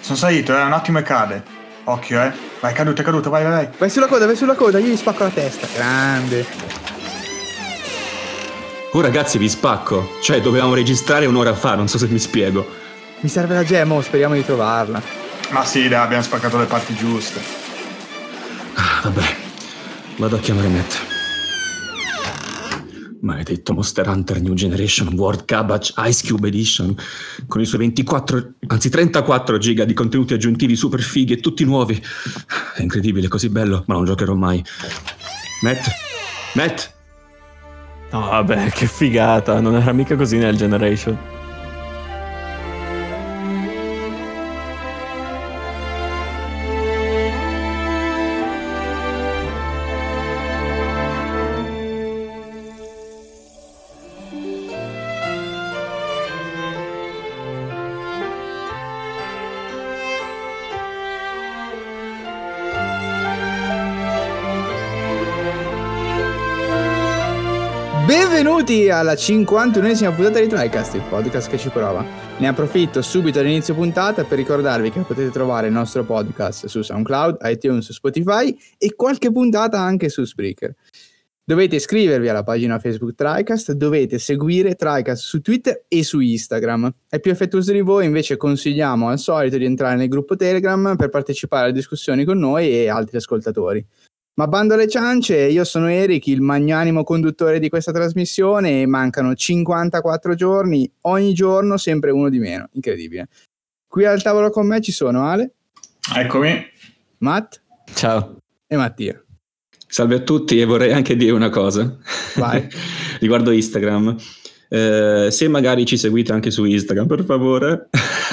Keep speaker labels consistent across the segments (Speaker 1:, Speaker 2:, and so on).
Speaker 1: Sono salito, un attimo e cade. Occhio, Vai, è caduto, vai.
Speaker 2: Vai sulla coda, io gli spacco la testa. Grande.
Speaker 3: Oh ragazzi, vi spacco. Cioè, dovevamo registrare un'ora fa, non so se mi spiego.
Speaker 2: Mi serve la gem, speriamo di trovarla.
Speaker 1: Ma sì, dai, abbiamo spaccato le parti giuste.
Speaker 3: Vabbè, vado a chiamare Matt. Maledetto Monster Hunter New Generation World Cabbage Ice Cube Edition, con i suoi 34 giga di contenuti aggiuntivi super fighi e tutti nuovi. È incredibile, così bello, ma non giocherò mai. Matt?
Speaker 4: No, vabbè, che figata, non era mica così nel Generation.
Speaker 2: Benvenuti alla 51esima puntata di TriCast, il podcast che ci prova. Ne approfitto subito all'inizio puntata per ricordarvi che potete trovare il nostro podcast su SoundCloud, iTunes, Spotify e qualche puntata anche su Spreaker. Dovete iscrivervi alla pagina Facebook TriCast, dovete seguire TriCast su Twitter e su Instagram. Ai più affettuosi di voi invece consigliamo al solito di entrare nel gruppo Telegram per partecipare alle discussioni con noi e altri ascoltatori. Ma bando alle ciance, io sono Eric, il magnanimo conduttore di questa trasmissione, e mancano 54 giorni, ogni giorno sempre uno di meno, incredibile. Qui al tavolo con me ci sono Ale.
Speaker 1: Eccomi.
Speaker 2: Matt.
Speaker 4: Ciao.
Speaker 2: E Mattia.
Speaker 3: Salve a tutti, e vorrei anche dire una cosa.
Speaker 2: Vai.
Speaker 3: Riguardo Instagram. Se magari ci seguite anche su Instagram, per favore.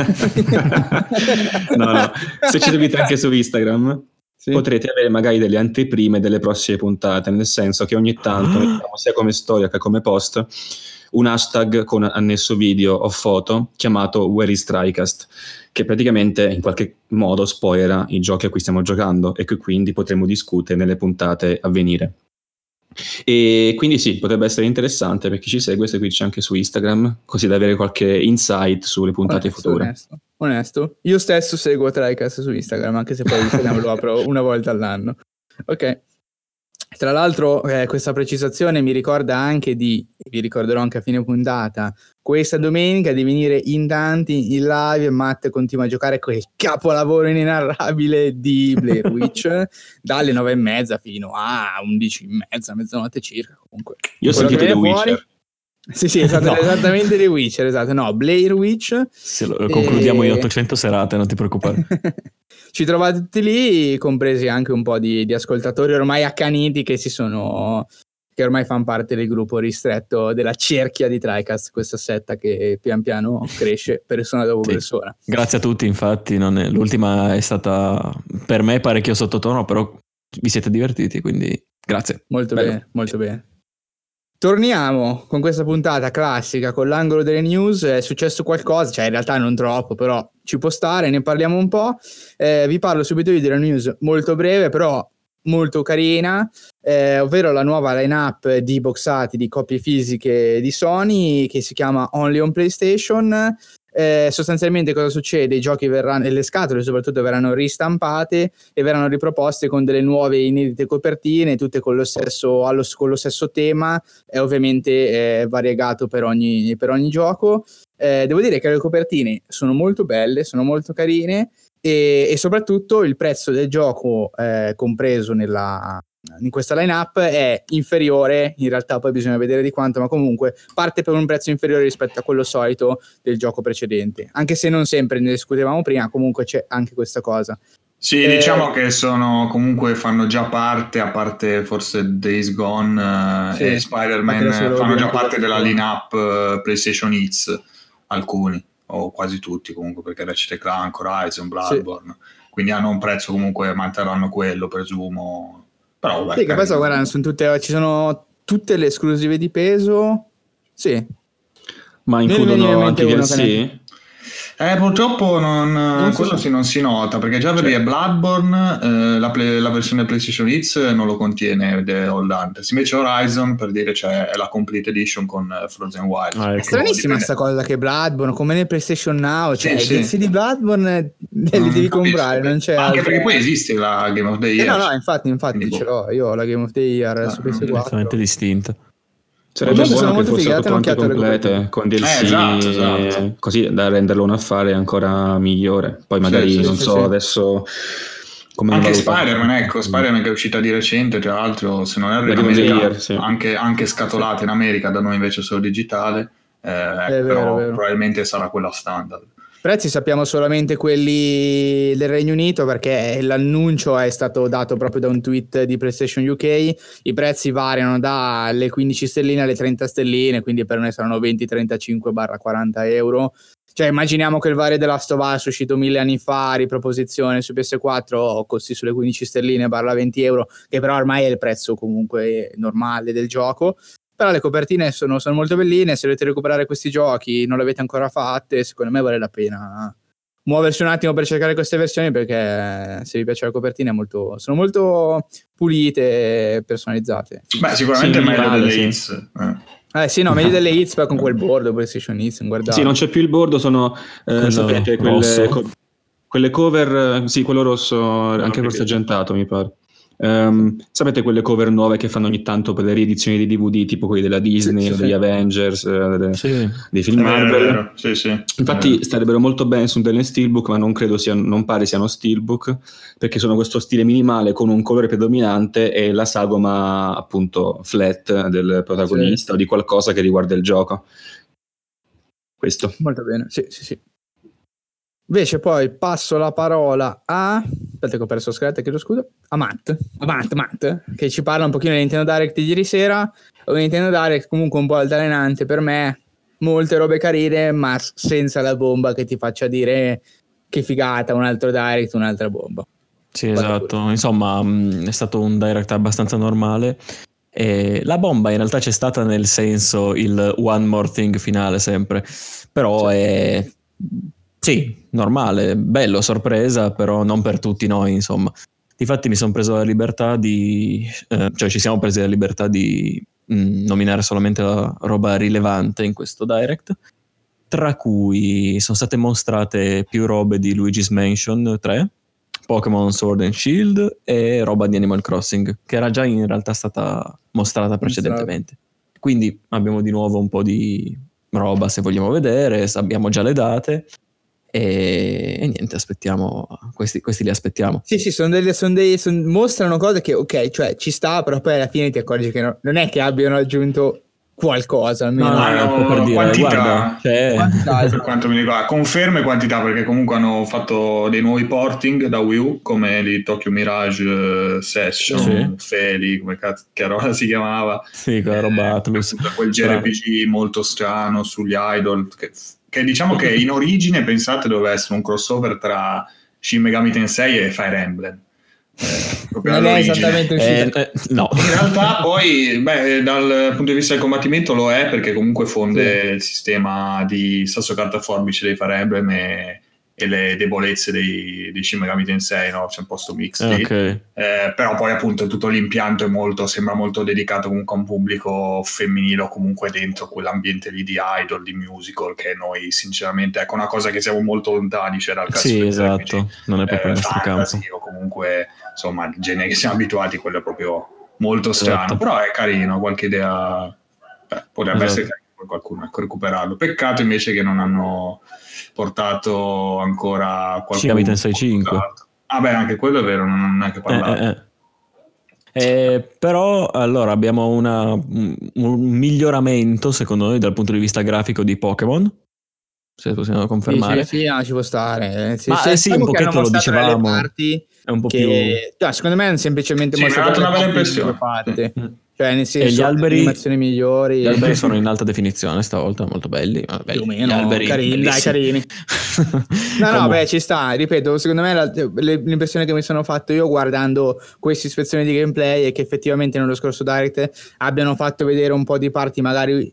Speaker 3: No, se ci seguite anche su Instagram, sì, potrete avere magari delle anteprime delle prossime puntate, nel senso che ogni tanto mettiamo sia come storia che come post un hashtag con annesso video o foto chiamato Where is TriCast, che praticamente in qualche modo spoilera i giochi a cui stiamo giocando e che quindi potremo discutere nelle puntate a venire. E quindi sì, potrebbe essere interessante per chi ci segue seguirci anche su Instagram, così da avere qualche insight sulle puntate future.
Speaker 2: Onesto. Io stesso seguo TriCast su Instagram, anche se poi Instagram lo apro una volta all'anno. Ok. Tra l'altro questa precisazione mi ricorda anche vi ricorderò anche a fine puntata, questa domenica di venire in tanti in live. Matt continua a giocare quel capolavoro inenarrabile di Blair Witch dalle 9:30 fino a 11:30, mezzanotte circa. Comunque
Speaker 3: io ho sentito The Witcher.
Speaker 2: Sì, esatto, no. Esattamente The Witcher, esatto. No, Blair Witch.
Speaker 4: Se lo concludiamo in 800 serate, non ti preoccupare.
Speaker 2: Ci trovate tutti lì, compresi anche un po' di ascoltatori ormai accaniti che ormai fanno parte del gruppo ristretto della cerchia di TriCast, questa setta che pian piano cresce persona dopo persona.
Speaker 4: Grazie a tutti, infatti, l'ultima è stata per me parecchio sottotono, però vi siete divertiti, quindi grazie.
Speaker 2: Molto bene, molto bene. Torniamo con questa puntata classica con l'angolo delle news. È successo qualcosa, cioè in realtà non troppo, però ci può stare, ne parliamo un po'. Vi parlo subito io della news molto breve, però molto carina, ovvero la nuova line-up di boxati di copie fisiche di Sony che si chiama Only on PlayStation. Sostanzialmente cosa succede? I giochi verranno, e le scatole soprattutto, verranno ristampate e verranno riproposte con delle nuove inedite copertine, tutte con lo stesso tema, e ovviamente variegato per ogni gioco. Devo dire che le copertine sono molto belle, sono molto carine, e soprattutto il prezzo del gioco compreso in questa line-up è inferiore, in realtà poi bisogna vedere di quanto, ma comunque parte per un prezzo inferiore rispetto a quello solito del gioco precedente, anche se non sempre, ne discutevamo prima, comunque c'è anche questa cosa.
Speaker 1: Sì, diciamo che fanno già parte, a parte forse Days Gone sì, e Spider-Man, fanno già parte della line-up PlayStation Hits, alcuni, o quasi tutti comunque, perché Ratchet & Clank, Horizon, Bloodborne, sì, quindi hanno un prezzo comunque, manterranno quello, presumo. Però vabbè,
Speaker 2: sì, che poi guarda, ci sono tutte le esclusive di peso. Sì.
Speaker 3: Ma includono anche DLC?
Speaker 1: Purtroppo
Speaker 2: Non
Speaker 1: quello
Speaker 2: so.
Speaker 1: non si nota, perché già per Bloodborne la versione PlayStation Hits non lo contiene The Old Hunters. Invece Horizon, per dire, c'è la Complete Edition con Frozen Wilds.
Speaker 2: È stranissima sta cosa che Bloodborne, come nel PlayStation Now, cioè i DLC di Bloodborne li devi comprare, non c'è
Speaker 1: anche
Speaker 2: altro.
Speaker 1: perché poi esiste la Game of the Year.
Speaker 2: No, infatti ce l'ho, io ho la Game of the Year su PS4.
Speaker 4: Completamente distinta.
Speaker 3: Sarebbe buono
Speaker 2: sono
Speaker 3: che
Speaker 2: molto
Speaker 3: fossero
Speaker 2: figate,
Speaker 3: tutte quante complete con DLC,
Speaker 1: esatto.
Speaker 3: così da renderlo un affare ancora migliore. Poi magari adesso come
Speaker 1: anche Spider-Man che è uscita di recente, tra l'altro, se non erro in America, anche scatolata in America, da noi invece solo digitale, però vero. Probabilmente sarà quella standard.
Speaker 2: Prezzi sappiamo solamente quelli del Regno Unito, perché l'annuncio è stato dato proprio da un tweet di PlayStation UK. I prezzi variano dalle 15 stelline alle 30 stelline, quindi per noi saranno 20-35/40 euro. Cioè immaginiamo che il vario The Last of Us uscito 1000 anni fa, riproposizione su PS4, costi sulle 15 stelline /20 euro, che però ormai è il prezzo comunque normale del gioco. Però le copertine sono molto belline. Se volete recuperare questi giochi, non le avete ancora fatte, secondo me vale la pena muoversi un attimo per cercare queste versioni, perché se vi piace la copertina sono molto pulite e personalizzate.
Speaker 1: Beh, sicuramente meglio delle Hits.
Speaker 2: Meglio delle Hits, però con quel bordo PlayStation Hits,
Speaker 3: Sì, non c'è più il bordo, sono sapete quelle cover, sì, quello rosso, anche forse argentato mi pare. Sapete quelle cover nuove che fanno ogni tanto per le riedizioni di DVD, tipo quelli della Disney o degli Avengers, dei film Marvel?
Speaker 1: Sì.
Speaker 3: Infatti starebbero molto bene su delle steelbook, ma non pare siano steelbook, perché sono questo stile minimale con un colore predominante e la sagoma appunto flat del protagonista o di qualcosa che riguarda il gioco. Questo.
Speaker 2: Molto bene, sì. Invece poi passo la parola aspetta che ho perso scaletta, chiedo scusa, a Matt, che ci parla un pochino di Nintendo Direct di ieri sera. Un Nintendo Direct comunque un po' altalenante per me, molte robe carine, ma senza la bomba che ti faccia dire che figata, un altro Direct, un'altra bomba.
Speaker 4: Sì, esatto, insomma è stato un Direct abbastanza normale. E la bomba in realtà c'è stata, nel senso il one more thing finale sempre, però è... Sì, normale, bello, sorpresa, però non per tutti noi, insomma. Difatti mi sono preso la libertà ci siamo presi la libertà di nominare solamente la roba rilevante in questo Direct, tra cui sono state mostrate più robe di Luigi's Mansion 3, Pokémon Sword and Shield e roba di Animal Crossing, che era già in realtà stata mostrata precedentemente. Quindi abbiamo di nuovo un po' di roba se vogliamo vedere, abbiamo già le date. E niente, aspettiamo, questi li aspettiamo.
Speaker 2: Sì, mostrano cose che ok, cioè ci sta, però poi alla fine ti accorgi che non è che abbiano aggiunto qualcosa, almeno
Speaker 1: per dire, quantità, per quanto mi riguarda, conferme quantità, perché comunque hanno fatto dei nuovi porting da Wii U, come di Tokyo Mirage Session, Feli, come che roba si chiamava,
Speaker 4: quella roba Atlus,
Speaker 1: quel JRPG molto strano sugli idol, che diciamo che in origine, pensate, doveva essere un crossover tra Shin Megami Tensei e Fire Emblem.
Speaker 2: Non è esattamente uscito.
Speaker 4: No.
Speaker 1: In realtà poi dal punto di vista del combattimento lo è, perché comunque fonde il sistema di sasso carta forbice dei Fire Emblem e le debolezze dei Shin Megami Tensei, no? C'è un posto mix lì. Però poi appunto tutto l'impianto sembra molto dedicato comunque a un pubblico femminile, o comunque dentro quell'ambiente lì di idol, di musical, che noi sinceramente, ecco, una cosa che siamo molto lontani, c'era il caso
Speaker 4: esatto, non è proprio il nostro
Speaker 1: fantasy,
Speaker 4: campo,
Speaker 1: o comunque insomma il genere che siamo abituati, quello è proprio molto strano, però è carino, qualche idea potrebbe essere carino per qualcuno, ecco, recuperarlo. Peccato invece che non hanno portato ancora qualcuno.
Speaker 4: Shin Megami Tensei 5.
Speaker 1: Anche quello è vero, non è che parlavo.
Speaker 4: Però allora abbiamo un miglioramento secondo noi dal punto di vista grafico di Pokémon, se possiamo confermare.
Speaker 2: Sì, ci può stare.
Speaker 4: Un pochetto lo dicevamo, è un po' più...
Speaker 2: secondo me è semplicemente
Speaker 1: mostrato una bella impressione.
Speaker 2: Cioè nel senso,
Speaker 4: gli alberi,
Speaker 2: animazioni migliori.
Speaker 4: Gli alberi sono in alta definizione stavolta, molto belli.
Speaker 2: Più o meno, carini. No, ci sta, ripeto, secondo me l'impressione che mi sono fatto io guardando queste ispezioni di gameplay è che effettivamente nello scorso Direct abbiano fatto vedere un po' di parti magari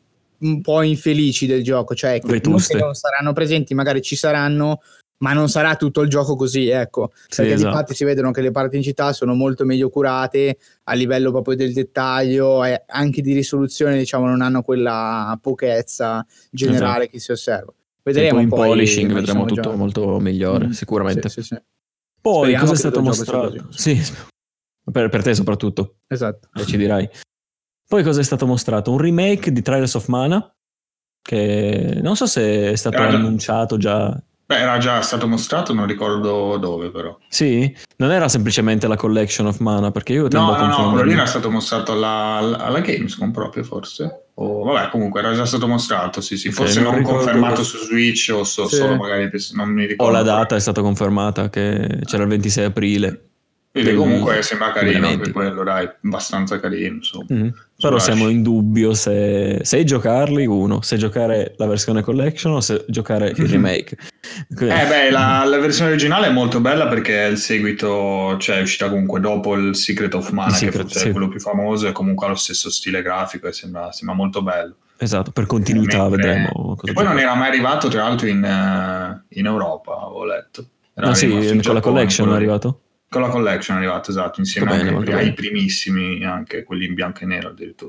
Speaker 2: un po' infelici del gioco, cioè che non saranno presenti, magari ci saranno, ma non sarà tutto il gioco così, ecco, perché infatti si vedono che le parti in città sono molto meglio curate a livello proprio del dettaglio e anche di risoluzione, diciamo, non hanno quella pochezza generale che si osserva. Vedremo
Speaker 4: in polishing, vedremo tutto molto migliore, sicuramente.
Speaker 2: Sì.
Speaker 4: Poi cosa è stato mostrato? Sì, per te soprattutto.
Speaker 2: Esatto.
Speaker 4: Ci dirai. Poi cosa è stato mostrato? Un remake di Trials of Mana, che non so se è stato annunciato già.
Speaker 1: Beh, era già stato mostrato, non ricordo dove però.
Speaker 4: Sì? Non era semplicemente la Collection of Mana, perché io tendo a confondermi.
Speaker 1: No, quello lì era stato mostrato alla Gamescom proprio, forse. Vabbè, comunque era già stato mostrato, sì. Okay, forse non confermato su Switch o solo magari, non mi ricordo.
Speaker 4: O la data è stata confermata, che c'era il 26 aprile.
Speaker 1: Quindi comunque sembra carino anche quello, dai, abbastanza carino, insomma.
Speaker 4: Però siamo in dubbio se giocarli, se giocare la versione collection o se giocare il remake.
Speaker 1: La versione originale è molto bella perché è il seguito, cioè è uscita comunque dopo il Secret of Mana, che forse è quello più famoso, e comunque ha lo stesso stile grafico e sembra molto bello.
Speaker 4: Esatto, per continuità vedremo.
Speaker 1: E poi non era mai arrivato, tra l'altro, in Europa, avevo letto.
Speaker 4: Con la collection è arrivato?
Speaker 1: Con la collection è arrivato, esatto, insieme ai primissimi, anche quelli in bianco e nero addirittura.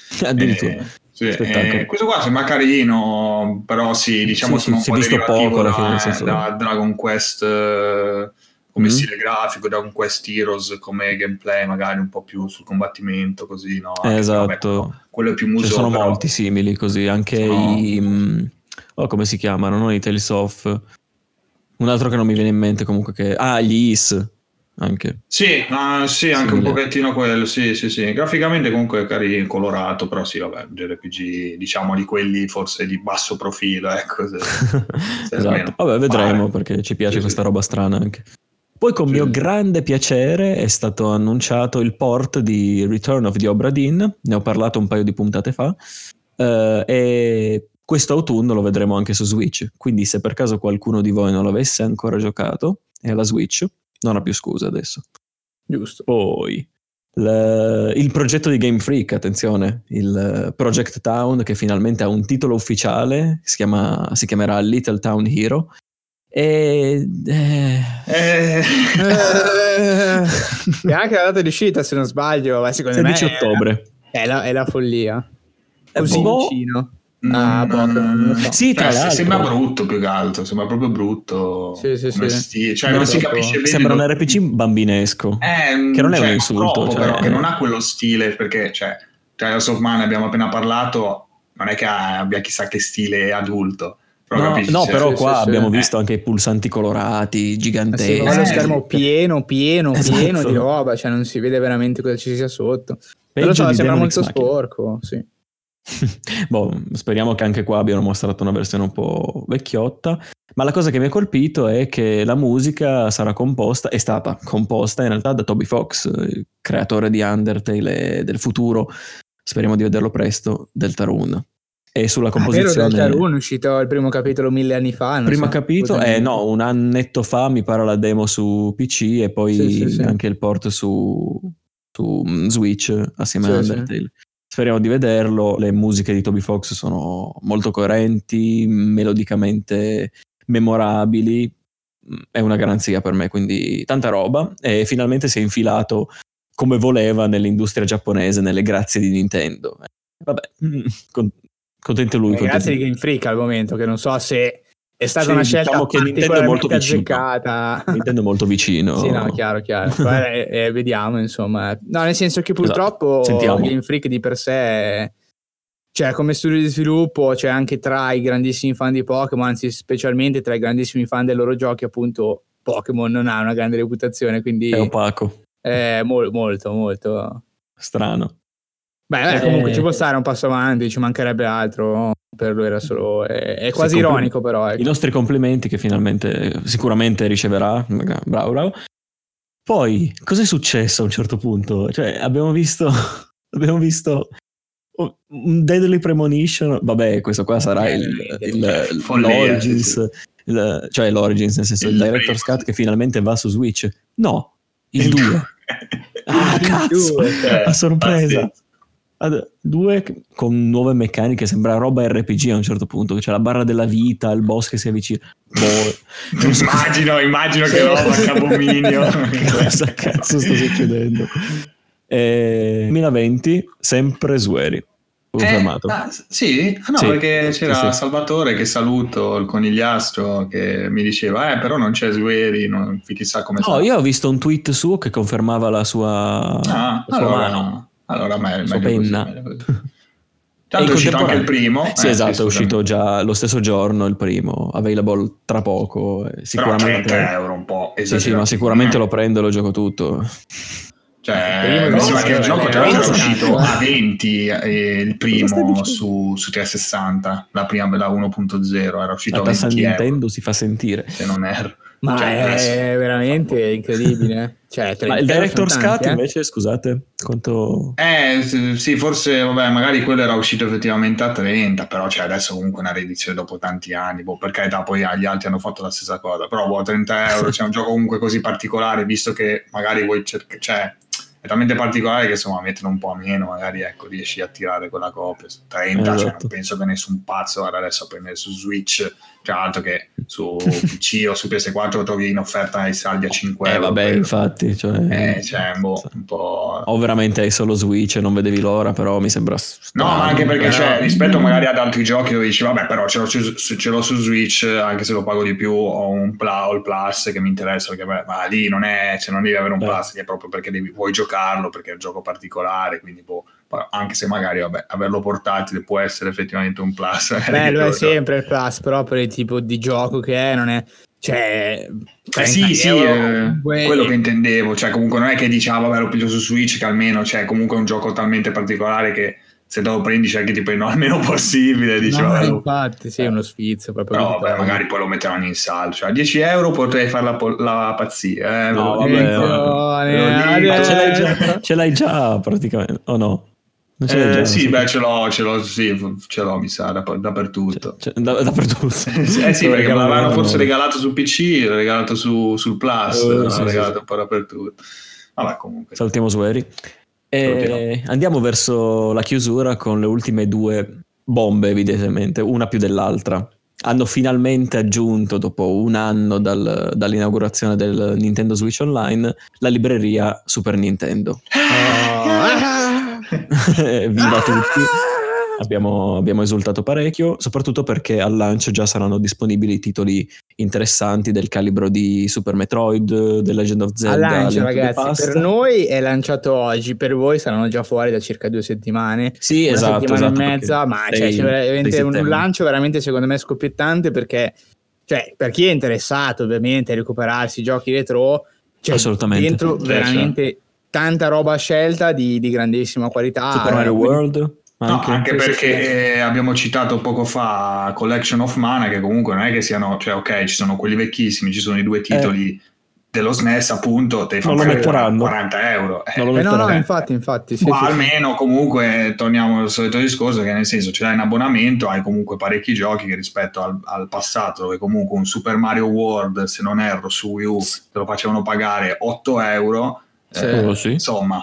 Speaker 1: Questo qua sembra carino, però diciamo sono un po' derivativo da Dragon Quest come stile grafico, Dragon Quest Heroes come gameplay, magari un po' più sul combattimento, così, no?
Speaker 4: Esatto.
Speaker 1: Quello è più muso.
Speaker 4: Ci sono molti simili così, anche come si chiamano, non i Tales of... Un altro che non mi viene in mente comunque gli Is. Anche.
Speaker 1: Sì, anche un pochettino quello, sì. Graficamente comunque è carino, colorato, però vabbè, JRPG, diciamo di quelli forse di basso profilo, ecco.
Speaker 4: Esatto. Vabbè, vedremo, perché ci piace questa roba strana anche. Poi con mio grande piacere è stato annunciato il port di Return of the Obra Dinn, ne ho parlato un paio di puntate fa, e questo autunno lo vedremo anche su Switch, quindi se per caso qualcuno di voi non l'avesse ancora giocato e alla Switch, non ha più scusa adesso.
Speaker 2: Giusto.
Speaker 4: Poi il progetto di Game Freak, attenzione, il Project Town, che finalmente ha un titolo ufficiale, si chiamerà Little Town Hero. E
Speaker 2: anche la data di uscita, se non sbaglio, secondo me
Speaker 4: 16 ottobre.
Speaker 2: È la follia. Così vicino.
Speaker 1: Non so. Sì, tra l'altro sembra brutto, più che altro sembra proprio brutto.
Speaker 2: Sì.
Speaker 1: Cioè non si capisce bene.
Speaker 4: Sembra un RPG bambinesco, che non è un insulto,
Speaker 1: però che non ha quello stile, perché Trials of Mana abbiamo appena parlato, non è che abbia chissà che stile adulto.
Speaker 4: Però qua abbiamo visto anche i pulsanti colorati giganteschi,
Speaker 2: lo schermo pieno di roba, cioè non si vede veramente cosa ci sia sotto. Però sembra molto sporco, sì.
Speaker 4: Speriamo che anche qua abbiano mostrato una versione un po' vecchiotta, ma la cosa che mi ha colpito è che la musica è stata composta in realtà da Toby Fox, il creatore di Undertale e del futuro, speriamo di vederlo presto, Deltarune. E sulla composizione
Speaker 2: Deltarune è uscito il primo capitolo 1000 anni fa,
Speaker 4: un annetto fa mi pare, la demo su PC e poi anche il port su Switch assieme a Undertale. Speriamo di vederlo. Le musiche di Toby Fox sono molto coerenti, melodicamente memorabili, è una garanzia per me, quindi tanta roba, e finalmente si è infilato come voleva nell'industria giapponese, nelle grazie di Nintendo. Vabbè, contento lui.
Speaker 2: Grazie di Game Freak al momento, che non so se è stata una scelta, diciamo, che Nintendo è molto azzeccata.
Speaker 4: Nintendo è molto vicino.
Speaker 2: Sì, no, chiaro. Vediamo, insomma. No, nel senso che purtroppo Game Freak di per sé, cioè come studio di sviluppo, c'è anche tra i grandissimi fan di Pokémon, anzi specialmente tra i grandissimi fan dei loro giochi, appunto Pokémon non ha una grande reputazione, quindi
Speaker 4: è opaco.
Speaker 2: È molto
Speaker 4: strano.
Speaker 2: Beh, comunque ci può stare un passo avanti, ci mancherebbe altro, per lui era solo, è quasi ironico, però ecco.
Speaker 4: I nostri complimenti che finalmente sicuramente riceverà, bravo. Poi cos'è successo a un certo punto? Cioè abbiamo visto un Deadly Premonition, vabbè, questo qua sarà l'Origins, cioè l'Origins nel senso il Director's Cut che finalmente va su Switch. No, il 2. Cazzo, a sorpresa. 2 con nuove meccaniche, sembra roba RPG a un certo punto, che c'è la barra della vita, il boss che si avvicina.
Speaker 1: Immagino che roba, che abominio.
Speaker 4: Cosa cazzo sta succedendo? 2020, sempre Sueri. Confermato.
Speaker 1: Sì? No, sì, perché c'era Salvatore, che saluto, il conigliastro, che mi diceva però non c'è Sueri, non chissà come
Speaker 4: sarà. Io ho visto un tweet suo che confermava la sua, mano.
Speaker 1: Allora
Speaker 4: meglio penna.
Speaker 1: Così. Tanto è uscito anche il primo.
Speaker 4: Sì, esatto, è uscito già lo stesso giorno il primo, available tra poco. Sicuramente
Speaker 1: però 30 euro un po'.
Speaker 4: Sì, ma sicuramente lo prendo e lo gioco tutto.
Speaker 1: Cioè, mi sembra che il gioco tra l'altro era uscito a 20 il primo su 360, la 1.0 era uscito a 20 euro.
Speaker 4: Nintendo si fa sentire,
Speaker 1: se non erro.
Speaker 2: Ma è veramente incredibile. Cioè,
Speaker 4: ma il Director's Cut invece, scusate, quanto...
Speaker 1: sì, forse magari quello era uscito effettivamente a 30, però adesso comunque una riedizione dopo tanti anni, per carità, poi gli altri hanno fatto la stessa cosa, però 30 euro, c'è un gioco comunque così particolare, visto che magari voi è talmente particolare che insomma mettono un po' meno, magari riesci a tirare quella copia. 30,
Speaker 4: esatto.
Speaker 1: Non penso che nessun pazzo vada adesso a prendere su Switch, tra l'altro che su PC o su PS4 lo trovi in offerta ai saldi a 5 euro.
Speaker 4: Vabbè, infatti,
Speaker 1: un po'...
Speaker 4: O veramente hai solo Switch e non vedevi l'ora, però mi sembra strano.
Speaker 1: No, ma anche perché rispetto magari ad altri giochi dove dici vabbè, però ce l'ho su Switch, anche se lo pago di più, ho il Plus che mi interessa, perché ma lì non devi avere un Plus, che è proprio perché vuoi giocarlo, perché è un gioco particolare, quindi anche se magari averlo portatile può essere effettivamente un Plus.
Speaker 2: Bello è sempre il Plus, però per il tipo di gioco che è, non è...
Speaker 1: quello che intendevo, comunque non è che diciamo vabbè lo piglio su Switch, che almeno comunque è un gioco talmente particolare che se te lo prendi cerchi di prenderlo il meno possibile,
Speaker 2: infatti sì, è uno sfizio proprio,
Speaker 1: però magari poi lo metteranno in saldo, a 10 euro potrei fare la pazzia,
Speaker 4: no ce l'hai già praticamente, o no?
Speaker 1: Sì, ce l'ho, mi sa, dappertutto.
Speaker 4: Dappertutto.
Speaker 1: Sì, perché me l'avevano forse regalato su PC, l'ho regalato sul Plus, l'ho regalato un po' dappertutto. Vabbè, comunque.
Speaker 4: Saltiamo Sueri. Andiamo verso la chiusura con le ultime 2 bombe, evidentemente, una più dell'altra. Hanno finalmente aggiunto, dopo un anno dall'inaugurazione del Nintendo Switch Online, la libreria Super Nintendo. Viva tutti, abbiamo esultato parecchio, soprattutto perché al lancio già saranno disponibili titoli interessanti del calibro di Super Metroid, The Legend of Zelda.
Speaker 2: Al lancio, ragazzi, per noi è lanciato oggi, per voi saranno già fuori da circa 2 settimane.
Speaker 4: Sì,
Speaker 2: una settimana e mezza,
Speaker 4: ma
Speaker 2: c'è veramente un lancio veramente secondo me scoppiettante, perché per chi è interessato ovviamente a recuperarsi i giochi retro,
Speaker 4: assolutamente
Speaker 2: dentro veramente tanta roba a scelta di grandissima qualità.
Speaker 4: Super Mario World
Speaker 1: anche perché abbiamo citato poco fa Collection of Mana, che comunque non è che siano, ci sono quelli vecchissimi, ci sono i 2 titoli dello SNES, appunto, te fanno 40 euro.
Speaker 2: No, infatti sì,
Speaker 1: ma almeno comunque torniamo al solito discorso, che nel senso ce l'hai in abbonamento, hai comunque parecchi giochi che rispetto al passato, dove comunque un Super Mario World, se non erro, su Wii U te lo facevano pagare 8 euro.
Speaker 4: Sì.
Speaker 1: Insomma,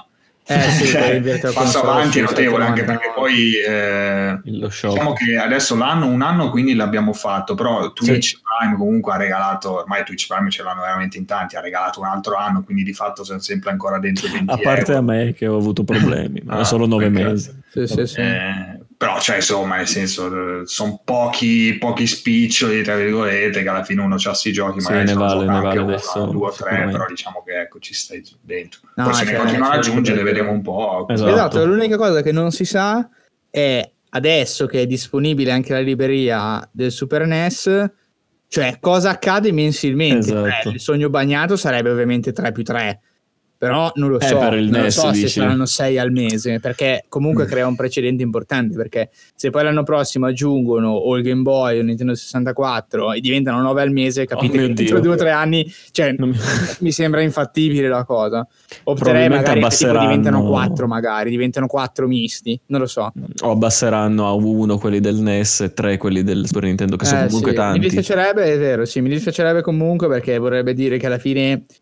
Speaker 1: passo avanti è notevole, anche perché poi diciamo che adesso un anno quindi l'abbiamo fatto, però Twitch Prime comunque ha regalato, ormai Twitch Prime ce l'hanno veramente in tanti, ha regalato un altro anno, quindi di fatto sono sempre ancora dentro 20
Speaker 4: a parte
Speaker 1: euro.
Speaker 4: A me che ho avuto problemi, ma solo 9 mesi.
Speaker 2: Sì.
Speaker 1: Però insomma, nel senso, sono pochi spiccioli tra virgolette, che alla fine uno c'ha sti giochi, magari
Speaker 4: ne vale
Speaker 1: adesso 2 o 3, però diciamo che ci stai dentro. Poi se ne continuano ad aggiungere, vedremo un po'.
Speaker 2: Esatto, l'unica cosa che non si sa è, adesso che è disponibile anche la libreria del Super NES, cosa accade mensilmente.
Speaker 4: Esatto.
Speaker 2: Il sogno bagnato sarebbe ovviamente 3+3, però non lo so,
Speaker 4: per il
Speaker 2: non
Speaker 4: NES,
Speaker 2: lo so se
Speaker 4: dici?
Speaker 2: saranno 6 al mese, perché comunque crea un precedente importante, perché se poi l'anno prossimo aggiungono o il Game Boy o il Nintendo 64 e diventano 9 al mese, capite che dentro 2 o 3 anni mi sembra infattibile la cosa. Opterei magari che tipo diventano 4, magari diventano 4 misti, non lo so,
Speaker 4: o abbasseranno a 1 quelli del NES e 3 quelli del Super Nintendo, che sono comunque tanti.
Speaker 2: Mi dispiacerebbe, è vero, mi dispiacerebbe comunque, perché vorrebbe dire che alla fine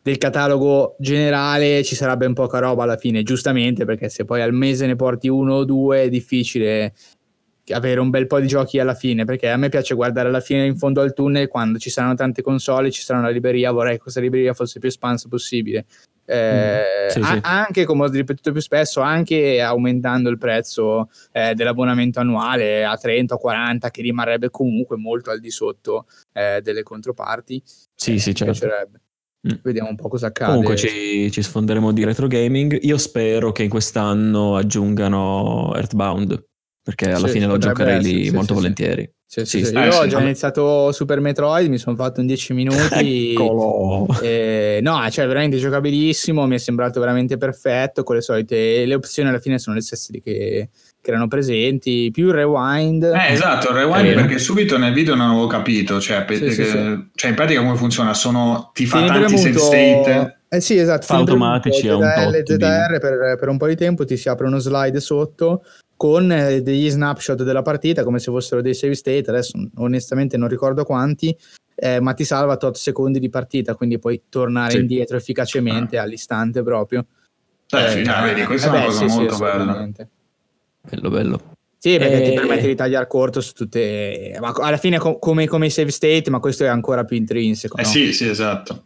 Speaker 2: del catalogo generale ci sarà ben poca roba alla fine, giustamente, perché se poi al mese ne porti 1 o 2 è difficile avere un bel po' di giochi alla fine, perché a me piace guardare alla fine in fondo al tunnel quando ci saranno tante console, ci sarà una libreria, vorrei che questa libreria fosse più espansa possibile. Anche, come ho ripetuto più spesso, anche aumentando il prezzo dell'abbonamento annuale a 30 o 40, che rimarrebbe comunque molto al di sotto delle controparti.
Speaker 4: Sì, certo.
Speaker 2: Piacerebbe. Vediamo un po' cosa accade.
Speaker 4: Comunque ci sfonderemo di retro gaming. Io spero che in quest'anno aggiungano Earthbound, perché alla fine lo giocherei lì molto volentieri.
Speaker 2: Io ho già iniziato Super Metroid, mi sono fatto in 10 minuti.
Speaker 4: Eccolo.
Speaker 2: No, cioè veramente giocabilissimo, mi è sembrato veramente perfetto, con le solite, le opzioni alla fine sono le stesse che erano presenti, più il rewind.
Speaker 1: Esatto, il rewind, perché subito nel video non avevo capito, cioè in pratica come funziona, ti fa tanti save state.
Speaker 2: Sì, esatto,
Speaker 4: fa automatici a un tot
Speaker 2: ZR per un po' di tempo ti si apre uno slide sotto con degli snapshot della partita come se fossero dei save state, adesso onestamente non ricordo quanti, ma ti salva tot secondi di partita, quindi puoi tornare indietro efficacemente all'istante proprio.
Speaker 1: Vedi, questa è una cosa molto bella.
Speaker 4: Bello.
Speaker 2: Sì, perché ti permette di tagliare corto su tutte, ma alla fine come i save state, ma questo è ancora più intrinseco. No?
Speaker 1: Sì, esatto.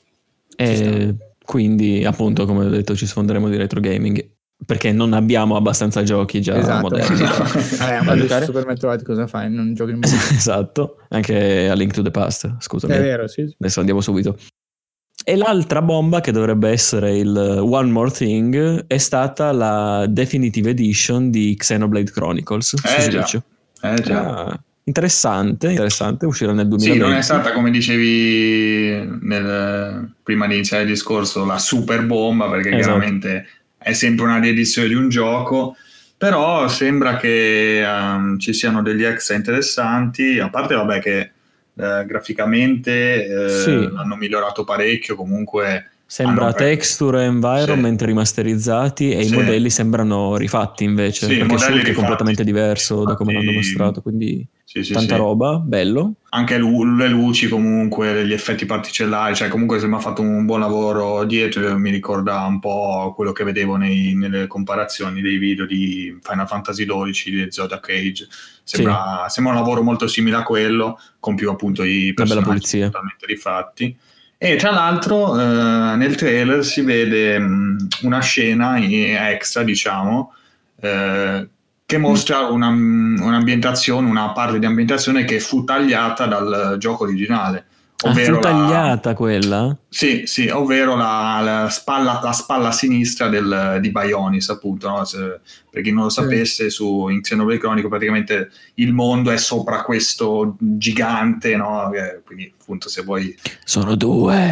Speaker 4: Quindi appunto, come ho detto, ci sfonderemo di retro gaming, perché non abbiamo abbastanza giochi già moderni.
Speaker 2: Ma giocare Super Metroid cosa fai? Non giochi in
Speaker 4: Esatto, anche a Link to the Past, scusami.
Speaker 2: È vero, sì.
Speaker 4: Adesso andiamo subito. E l'altra bomba, che dovrebbe essere il One More Thing, è stata la Definitive Edition di Xenoblade Chronicles su Switch.
Speaker 1: Già.
Speaker 4: Interessante, uscirà nel 2020.
Speaker 1: Sì, non è stata, come dicevi prima di iniziare il discorso, la super bomba, perché chiaramente è sempre una riedizione di un gioco, però sembra che ci siano degli extra interessanti, a parte che graficamente hanno migliorato parecchio, comunque
Speaker 4: sembra texture e environment rimasterizzati, e i modelli sembrano rifatti invece, perché Shulk è completamente diverso da come l'hanno mostrato, quindi tanta roba, bello.
Speaker 1: Anche le luci, comunque gli effetti particellari, cioè comunque sembra fatto un buon lavoro dietro, mi ricorda un po' quello che vedevo nelle comparazioni dei video di Final Fantasy XII, di Zodiac Age. Sembra un lavoro molto simile a quello, con più appunto i personaggi totalmente rifatti. E tra l'altro nel trailer si vede una scena extra, diciamo, che mostra un'ambientazione, una parte di ambientazione che fu tagliata dal gioco originale.
Speaker 4: Fu tagliata quella?
Speaker 1: Sì, ovvero la spalla sinistra di Bionis, appunto, no? Per chi non lo sapesse, in Xenoblade Chronicles praticamente il mondo è sopra questo gigante, no? Quindi appunto se voi
Speaker 4: sono due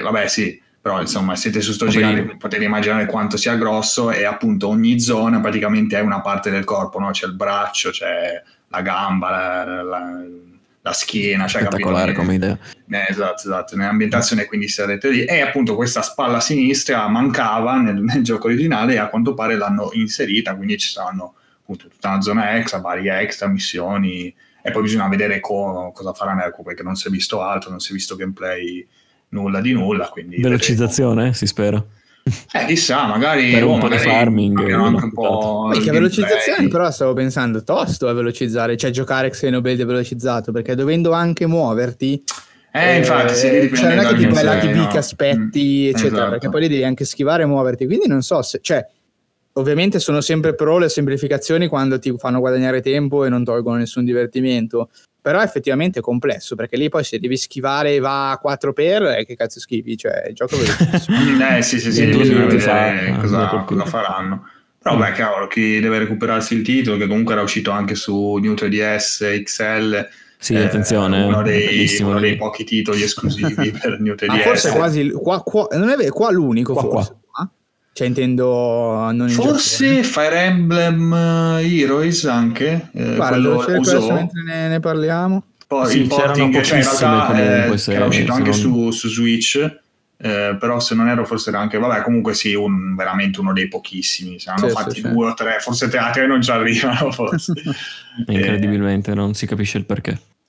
Speaker 1: però insomma siete su sto gigante, potete immaginare quanto sia grosso, e appunto ogni zona praticamente è una parte del corpo, no? C'è il braccio, c'è la gamba, la schiena, cioè,
Speaker 4: spettacolare come idea.
Speaker 1: Esatto, nell'ambientazione, quindi sarete lì, e appunto questa spalla sinistra mancava nel gioco originale, e a quanto pare l'hanno inserita, quindi ci saranno appunto tutta una zona extra, varie extra missioni, e poi bisogna vedere cosa farà Nerco, perché non si è visto altro, non si è visto gameplay, nulla di nulla, quindi
Speaker 4: velocizzazione, si spera.
Speaker 1: Chissà, magari
Speaker 4: per un po' di farming,
Speaker 1: anche un po'.
Speaker 2: Che velocizzazione, però stavo pensando tosto a velocizzare, cioè giocare Xenoblade velocizzato, perché dovendo anche muoverti,
Speaker 1: infatti
Speaker 2: cioè non è che tipo è l'ATB che aspetti, eccetera, perché poi lì devi anche schivare e muoverti, quindi non so se, cioè ovviamente sono sempre pro le semplificazioni quando ti fanno guadagnare tempo e non tolgono nessun divertimento, però effettivamente è complesso, perché lì poi se devi schivare va a 4x, che cazzo schivi? Cioè il gioco è velocissimo.
Speaker 1: sì, bisogna vedere cosa faranno. Però cavolo, chi deve recuperarsi il titolo, che comunque era uscito anche su New 3DS XL,
Speaker 4: sì, attenzione,
Speaker 1: uno dei pochi titoli esclusivi per New 3DS.
Speaker 2: Ma forse quasi non è vero, qua l'unico forse. Cioè intendo non
Speaker 1: forse Fire Emblem Heroes anche,
Speaker 2: guarda, devo cercare questo mentre ne parliamo.
Speaker 1: Poi il porting comunque era uscito anche su Switch, però se non ero forse era anche comunque sì, veramente uno dei pochissimi, se hanno fatti 2 o 3, forse 3 non ci arrivano forse.
Speaker 4: Incredibilmente non si capisce il perché.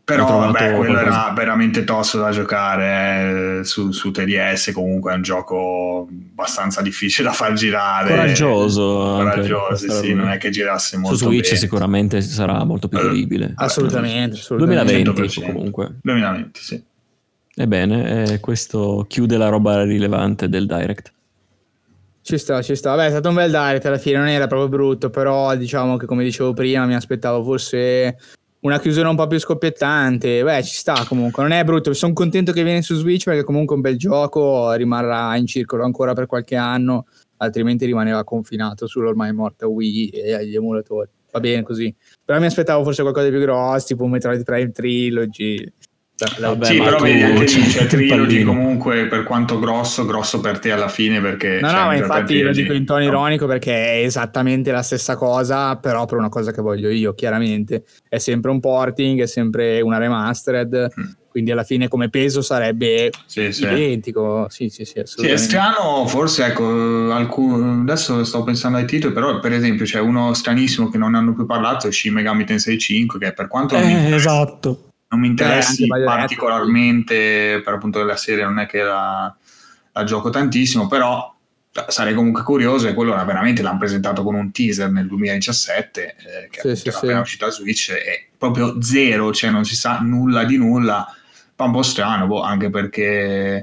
Speaker 1: Però vabbè, quello era veramente tosto da giocare su 3DS, comunque è un gioco abbastanza difficile da far girare.
Speaker 4: Coraggioso,
Speaker 1: sì, non è che girasse molto
Speaker 4: su Switch
Speaker 1: bene.
Speaker 4: Sicuramente sarà molto più godibile.
Speaker 2: Assolutamente.
Speaker 4: 2020
Speaker 1: 100%.
Speaker 4: comunque.
Speaker 1: 2020, sì.
Speaker 4: Ebbene, questo chiude la roba rilevante del Direct.
Speaker 2: Ci sta. Vabbè, è stato un bel Direct alla fine, non era proprio brutto, però diciamo che, come dicevo prima, mi aspettavo forse una chiusura un po' più scoppiettante. Beh, ci sta comunque, non è brutto. Sono contento che viene su Switch perché comunque è un bel gioco, rimarrà in circolo ancora per qualche anno, altrimenti rimaneva confinato sull'ormai morta Wii e agli emulatori. Va bene così. Però mi aspettavo forse qualcosa di più grosso, tipo un Metroid Prime Trilogy.
Speaker 1: Vabbè, sì, però vedi anche lì c'è Trilogy comunque, per quanto grosso per te alla fine, perché
Speaker 2: no, ma infatti lo dico in tono ironico perché è esattamente la stessa cosa, però per una cosa che voglio io, chiaramente è sempre un porting, è sempre una remastered, quindi alla fine come peso sarebbe identico. Sì, assolutamente.
Speaker 1: Sì, è strano, forse, ecco, adesso sto pensando ai titoli, però per esempio c'è uno stranissimo che non hanno più parlato, è Shin Megami Tensei 5, che per quanto non mi interessi particolarmente, per appunto la serie non è che la gioco tantissimo, però sarei comunque curioso, e quello veramente l'hanno presentato con un teaser nel 2017, che è appena uscita su Switch, è proprio zero, cioè non si sa nulla di nulla, fa un po' strano, anche perché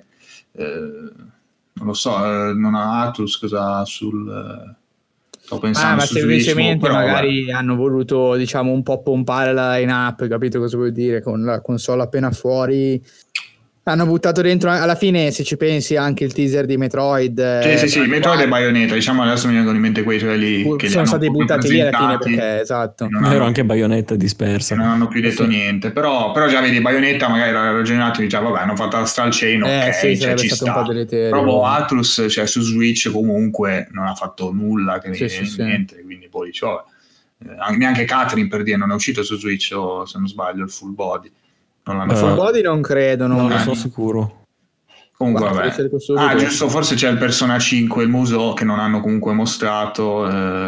Speaker 1: non lo so, non ha Atlus cosa sul... Sto pensando
Speaker 2: ma
Speaker 1: su
Speaker 2: semplicemente
Speaker 1: Switch,
Speaker 2: magari hanno voluto, diciamo, un po' pompare la line-up, capito cosa vuol dire? Con la console appena fuori hanno buttato dentro, alla fine, se ci pensi, anche il teaser di Metroid.
Speaker 1: Sì, Metroid e Bayonetta, diciamo, adesso mi vengono in mente quelli che
Speaker 2: sono stati buttati lì alla fine, perché
Speaker 4: ero anche Bayonetta dispersa,
Speaker 1: non hanno più detto niente, però già vedi Bayonetta magari era ragionato, diceva vabbè, hanno fatto la Stralchain, ok,
Speaker 2: cioè, ci sta. Un po' deleterio.
Speaker 1: Però Atlus, cioè su Switch comunque non ha fatto nulla, che niente, quindi poi dicevo, neanche Catherine, per dire, non è uscito su Switch, o se non sbaglio il full body.
Speaker 2: Full body non credo,
Speaker 4: non ne sono sicuro.
Speaker 1: Comunque vabbè. Giusto, forse c'è il Persona 5, il Musou, che non hanno comunque mostrato,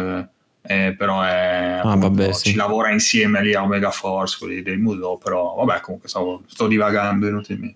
Speaker 1: però appunto, ci lavora insieme lì a Omega Force, quelli del Musou, però vabbè, comunque sto divagando inutilmente.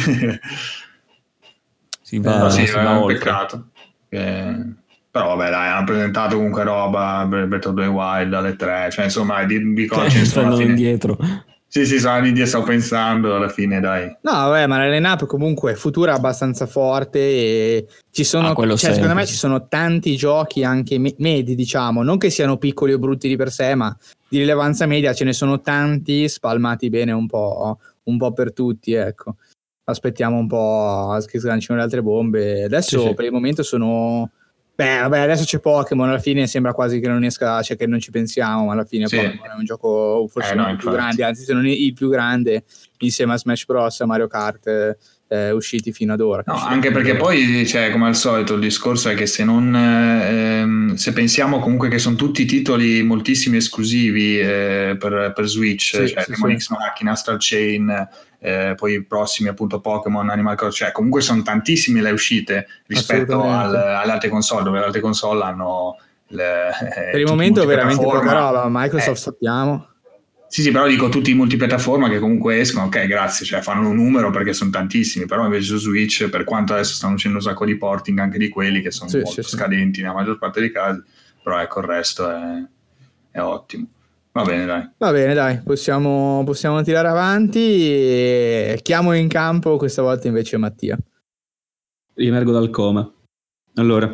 Speaker 4: È un
Speaker 1: peccato. Però vabbè, dai, hanno presentato comunque roba, Breath of the Wild alle 3, cioè insomma di cose
Speaker 4: stanno indietro.
Speaker 1: Sì, sono indietro, sto pensando, alla fine, dai.
Speaker 2: No, vabbè, ma la line-up comunque futura è abbastanza forte e ci sono, secondo me ci sono tanti giochi anche medi, diciamo, non che siano piccoli o brutti di per sé, ma di rilevanza media, ce ne sono tanti spalmati bene un po' per tutti, ecco. Aspettiamo un po' che sgancino le altre bombe. Adesso per il momento sono... Beh, vabbè, adesso c'è Pokémon, alla fine sembra quasi che non esca, cioè che non ci pensiamo, ma alla fine Pokémon è un gioco forse uno dei più grandi, anzi se non il più grande, insieme a Smash Bros. E Mario Kart usciti fino ad ora.
Speaker 1: No, anche perché poi, cioè, come al solito, il discorso è che se se pensiamo comunque che sono tutti titoli moltissimi esclusivi per Switch, Demon X Machina, Astral Chain, poi i prossimi appunto Pokémon, Animal Crossing, cioè comunque sono tantissime le uscite rispetto alle altre console, dove le altre console hanno
Speaker 2: per il momento veramente poca roba. Microsoft sappiamo.
Speaker 1: Sì, però dico tutti i multipiattaforma che comunque escono, ok, grazie, cioè fanno un numero perché sono tantissimi, però invece su Switch, per quanto adesso stanno uscendo un sacco di porting anche di quelli che sono molto scadenti nella maggior parte dei casi, però ecco, il resto è ottimo. Va bene, dai,
Speaker 2: possiamo tirare avanti e chiamo in campo questa volta invece Mattia.
Speaker 3: Riemergo dal coma. Allora,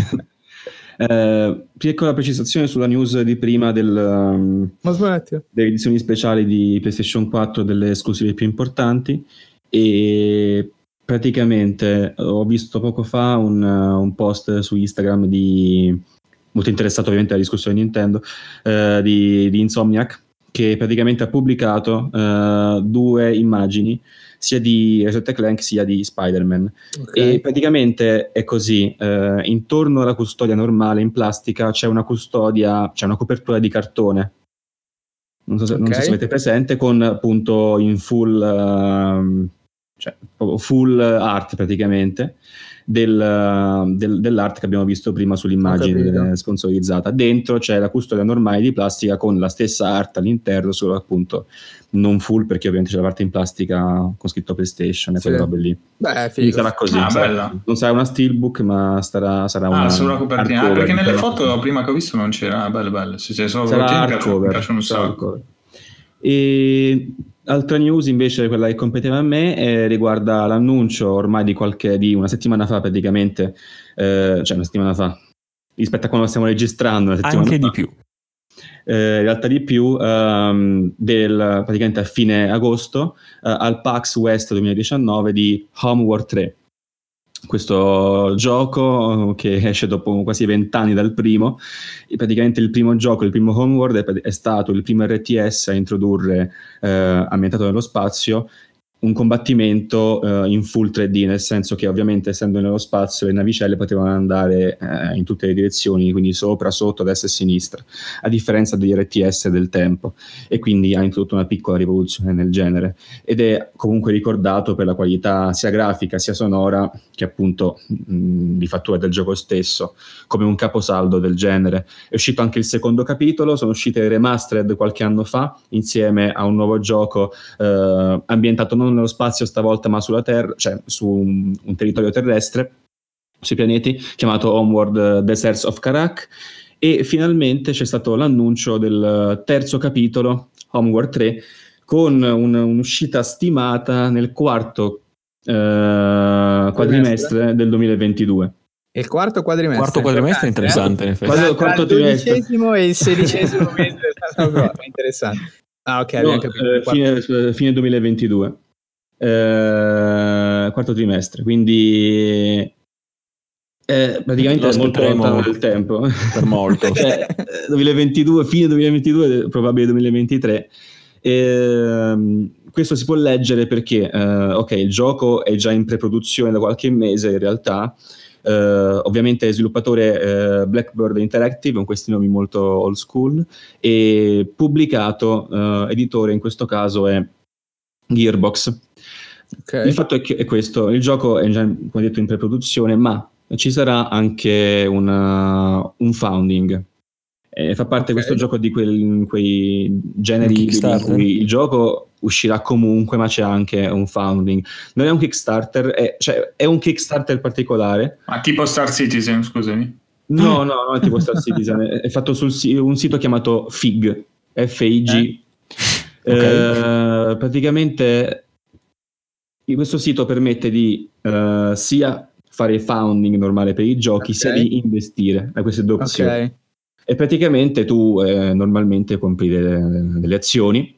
Speaker 3: piccola precisazione sulla news di prima delle edizioni speciali di PlayStation 4, delle esclusive più importanti, e praticamente ho visto poco fa un post su Instagram molto interessato ovviamente alla discussione di Nintendo, di Insomniac, che praticamente ha pubblicato 2 immagini sia di Ratchet & Clank sia di Spider-Man, e praticamente è così, intorno alla custodia normale in plastica c'è una copertura di cartone, non so se avete presente, con appunto in full art praticamente, dell'art che abbiamo visto prima sull'immagine sponsorizzata. Dentro c'è la custodia normale di plastica con la stessa art all'interno, solo appunto non full, perché ovviamente c'è la parte in plastica con scritto PlayStation e quelle robe lì.
Speaker 2: Quindi
Speaker 3: sarà così, non sarà una steelbook, ma sarà una
Speaker 1: sulla copertina, perché nelle foto prima che ho visto non c'era. Bello.
Speaker 3: Sarà hardcover, mi piacciono un sacco. E altra news invece, quella che competeva a me, riguarda l'annuncio ormai di una settimana fa praticamente, cioè una settimana fa rispetto a quando stiamo registrando, una settimana
Speaker 4: anche
Speaker 3: fa.
Speaker 4: di più,
Speaker 3: in realtà di più, praticamente a fine agosto al PAX West 2019 di Homeworld 3, questo gioco che esce dopo quasi 20 anni dal primo. E praticamente il primo gioco, il primo Homeworld, è stato il primo RTS a introdurre, ambientato nello spazio, un combattimento in full 3D, nel senso che ovviamente essendo nello spazio le navicelle potevano andare in tutte le direzioni, quindi sopra, sotto, destra e sinistra, a differenza degli RTS del tempo, e quindi ha introdotto una piccola rivoluzione nel genere, ed è comunque ricordato per la qualità sia grafica sia sonora che appunto di fattura del gioco stesso, come un caposaldo del genere. È uscito anche il secondo capitolo, sono uscite remastered qualche anno fa insieme a un nuovo gioco ambientato non nello spazio stavolta ma sulla Terra, cioè su un territorio terrestre, sui pianeti, chiamato Homeworld Deserts of Karak. E finalmente c'è stato l'annuncio del terzo capitolo, Homeworld 3, con un'uscita stimata nel quarto quadrimestre del 2022.
Speaker 2: Il quarto quadrimestre.
Speaker 4: Quarto quadrimestre è interessante, in effetti.
Speaker 2: Tra il 12° e il 16° mese è interessante. Ok, abbiamo capito.
Speaker 3: Fine 2022. Quarto trimestre, quindi praticamente è molto lontano nel tempo.
Speaker 4: Per molto.
Speaker 3: Cioè, 2022, fine 2022, probabile 2023. Questo si può leggere perché il gioco è già in pre-produzione da qualche mese in realtà. Ovviamente è sviluppatore Blackbird Interactive, con questi nomi molto old school, e pubblicato, editore in questo caso è Gearbox. Il fatto è questo: il gioco è già, come detto, in pre-produzione, ma ci sarà anche un founding. Fa parte questo gioco di quei generi in cui il gioco uscirà comunque, ma c'è anche un founding. Non è un Kickstarter, è un Kickstarter particolare.
Speaker 1: Ma tipo Star Citizen, scusami.
Speaker 3: No, non è tipo Star Citizen, è fatto su un sito chiamato FIG, FIG. Praticamente questo sito permette di sia fare founding normale per i giochi, sia di investire da queste due opzioni. E praticamente tu normalmente compri delle azioni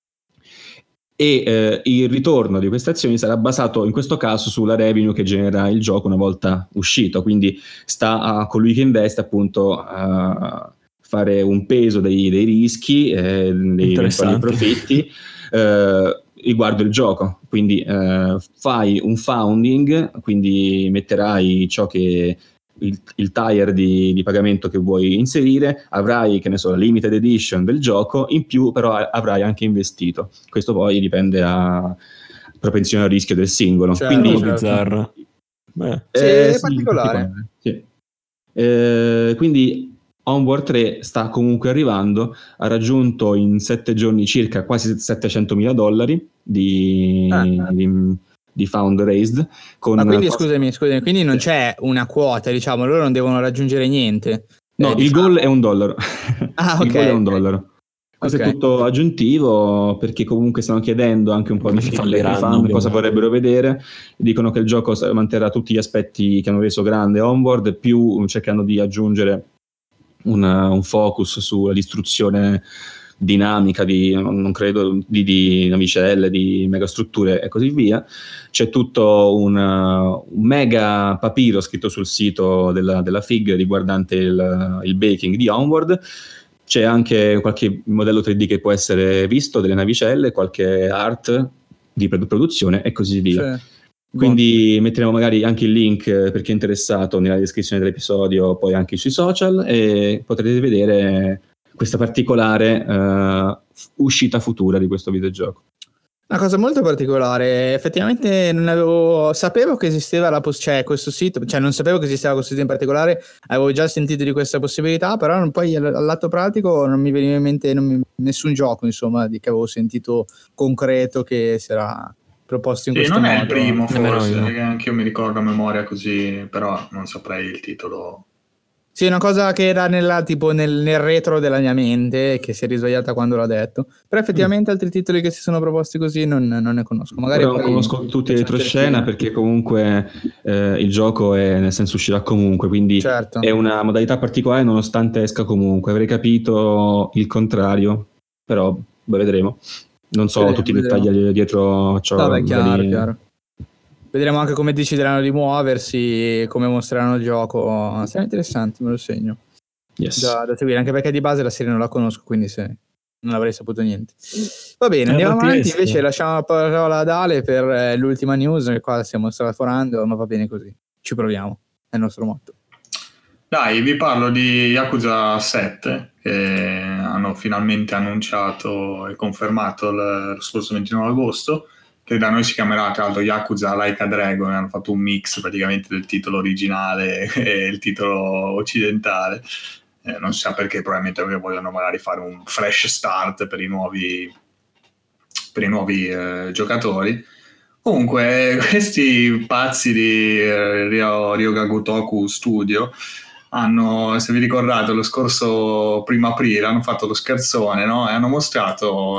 Speaker 3: e il ritorno di queste azioni sarà basato in questo caso sulla revenue che genera il gioco una volta uscito, quindi sta a colui che investe appunto a fare un peso dei rischi, dei eventuali profitti riguardo il gioco. Quindi fai un founding, quindi metterai ciò che il tier di pagamento che vuoi inserire, avrai, che ne so, la limited edition del gioco, in più però avrai anche investito. Questo poi dipende a propensione al rischio del singolo. Quindi
Speaker 4: bizzarro.
Speaker 2: È particolare.
Speaker 3: Sì. Quindi Homeworld 3 sta comunque arrivando, ha raggiunto in 7 giorni circa quasi $700,000 di fund raised.
Speaker 2: Ma quindi scusami, quindi non c'è una quota, diciamo, loro non devono raggiungere niente.
Speaker 3: No, il goal è $1. Il goal è $1. Questo è tutto aggiuntivo, perché comunque stanno chiedendo anche un po' di feedback ai fan, cosa vorrebbero vedere. Dicono che il gioco manterrà tutti gli aspetti che hanno reso grande Homeworld, più cercando di aggiungere un focus sull'istruzione dinamica non credo di navicelle, di megastrutture e così via. C'è tutto un mega papiro scritto sul sito della FIG riguardante il baking di Homeworld. C'è anche qualche modello 3D che può essere visto delle navicelle, qualche art di produzione e così via. Quindi metteremo magari anche il link per chi è interessato nella descrizione dell'episodio, poi anche sui social, e potrete vedere questa particolare uscita futura di questo videogioco.
Speaker 2: Una cosa molto particolare, effettivamente sapevo che esisteva questo sito, cioè non sapevo che esisteva questo sito in particolare, avevo già sentito di questa possibilità, però poi al lato pratico non mi veniva in mente nessun gioco, insomma, di che avevo sentito concreto che si era proposto in questo
Speaker 1: modo. Non
Speaker 2: è
Speaker 1: il primo, forse, anche io mi ricordo a memoria così, però non saprei il titolo.
Speaker 2: Sì, una cosa che era nel retro della mia mente, che si è risvegliata quando l'ho detto. Però effettivamente altri titoli che si sono proposti così non ne conosco. Magari
Speaker 3: non conosco tutti di retroscena perché comunque il gioco è, nel senso, uscirà comunque, quindi certo. È una modalità particolare nonostante esca comunque. Avrei capito il contrario, però vedremo. Non so tutti i dettagli dietro ciò.
Speaker 2: Vabbè, chiaro. Vedremo anche come decideranno di muoversi, come mostreranno il gioco. Sarà interessante, me lo segno.
Speaker 3: Yes.
Speaker 2: Da seguire, anche perché di base la serie non la conosco, quindi non avrei saputo niente. Va bene, andiamo avanti. Invece lasciamo la parola ad Ale per l'ultima news, che qua stiamo straforando, ma va bene così. Ci proviamo, è il nostro motto.
Speaker 1: Dai, vi parlo di Yakuza 7, che hanno finalmente annunciato e confermato lo scorso 29 agosto, che da noi si chiamerà tra l'altro Yakuza Like a Dragon. Hanno fatto un mix praticamente del titolo originale e il titolo occidentale. Non si sa perché, probabilmente perché vogliono magari fare un fresh start per i nuovi giocatori. Comunque, questi pazzi di Ryoga Gotoku Studio hanno, se vi ricordate, lo scorso 1 aprile hanno fatto lo scherzone, no? E hanno mostrato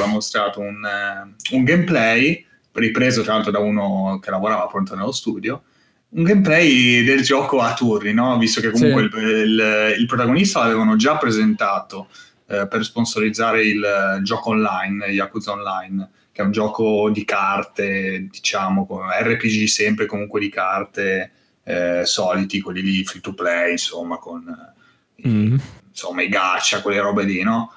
Speaker 1: un gameplay ripreso tra l'altro da uno che lavorava pronto nello studio, un gameplay del gioco a turni, no? Visto che comunque il protagonista l'avevano già presentato per sponsorizzare il gioco online, Yakuza Online, che è un gioco di carte, diciamo, RPG sempre comunque di carte, soliti, quelli lì free to play, insomma, con insomma i gacha, quelle robe lì, no?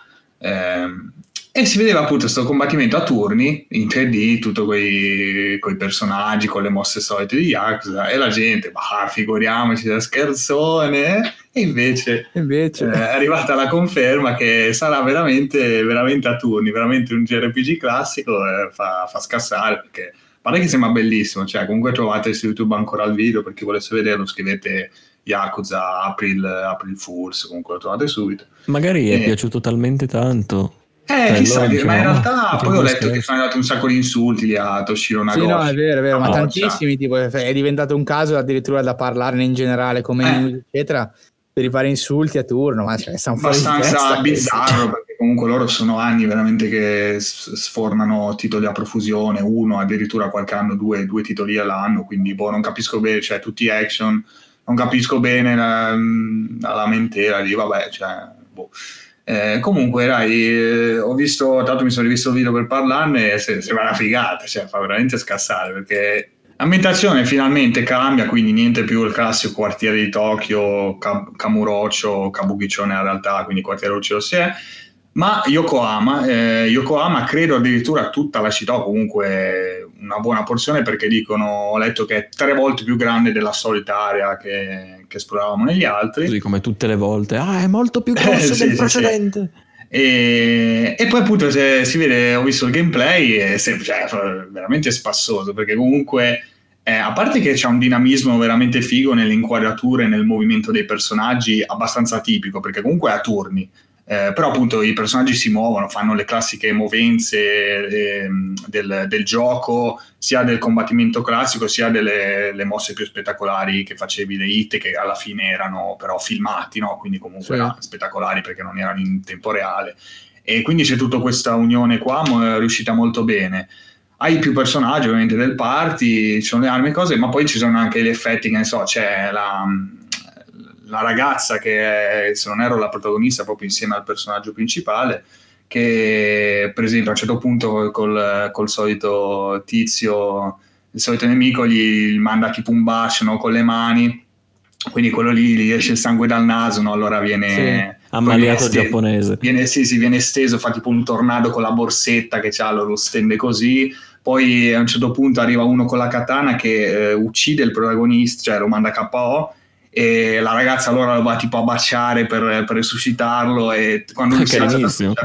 Speaker 1: E si vedeva appunto questo combattimento a turni in 3D, tutto coi personaggi, con le mosse solite di Yakuza, e la gente, figuriamoci da scherzone, e invece è arrivata la conferma che sarà veramente, veramente a turni, veramente un JRPG classico, fa scassare, perché pare che sembra bellissimo, cioè comunque trovate su YouTube ancora il video, per chi volesse vederlo scrivete Yakuza April Fools, comunque lo trovate subito.
Speaker 4: Magari è piaciuto talmente tanto.
Speaker 1: Chissà, ma in realtà poi ho letto che sono arrivati un sacco di insulti a Toshiro Nagoshi.
Speaker 2: Sì, no, è vero, ma tantissimi, tipo, è diventato un caso addirittura da parlarne in generale come news, eccetera, per i vari insulti a turno, ma sono
Speaker 1: abbastanza bizzarro, perché comunque loro sono anni veramente che sfornano titoli a profusione, uno addirittura qualche anno due titoli all'anno, quindi non capisco bene, cioè tutti action, non capisco bene la lamentela lì, vabbè, cioè comunque dai, ho visto, tanto mi sono rivisto il video per parlarne, sembra una figata, cioè fa veramente scassare, perché l'ambientazione finalmente cambia, quindi niente più il classico quartiere di Tokyo, Kamurocho, Kabukicho nella realtà, quindi quartiere Uchiho si è, ma Yokohama credo addirittura tutta la città, comunque una buona porzione, perché ho letto che è 3 volte più grande della solita area che esploravamo negli altri.
Speaker 4: Così come tutte le volte, è molto più grosso del precedente.
Speaker 1: Sì. E poi appunto si vede, ho visto il gameplay, è veramente spassoso, perché comunque a parte che c'è un dinamismo veramente figo nelle inquadrature, nel movimento dei personaggi, abbastanza tipico, perché comunque è a turni. Però appunto i personaggi si muovono, fanno le classiche movenze del gioco, sia del combattimento classico sia delle mosse più spettacolari che facevi, le hit, che alla fine erano però filmati, no? Quindi comunque erano spettacolari perché non erano in tempo reale, e quindi c'è tutta questa unione qua riuscita molto bene. Hai più personaggi ovviamente del party, ci sono le armi e cose, ma poi ci sono anche gli effetti, che ne so, c'è la ragazza che è, se non erro, la protagonista proprio insieme al personaggio principale, che per esempio a un certo punto col solito tizio, il solito nemico, gli manda tipo un bacio, no, con le mani, quindi quello lì gli esce il sangue dal naso, no? Allora viene
Speaker 4: ammaliato giapponese,
Speaker 1: viene esteso, fa tipo un tornado con la borsetta che c'ha, lo stende così. Poi a un certo punto arriva uno con la katana che uccide il protagonista, cioè lo manda KO, e la ragazza allora lo va tipo a baciare per resuscitarlo, e quando lui si alza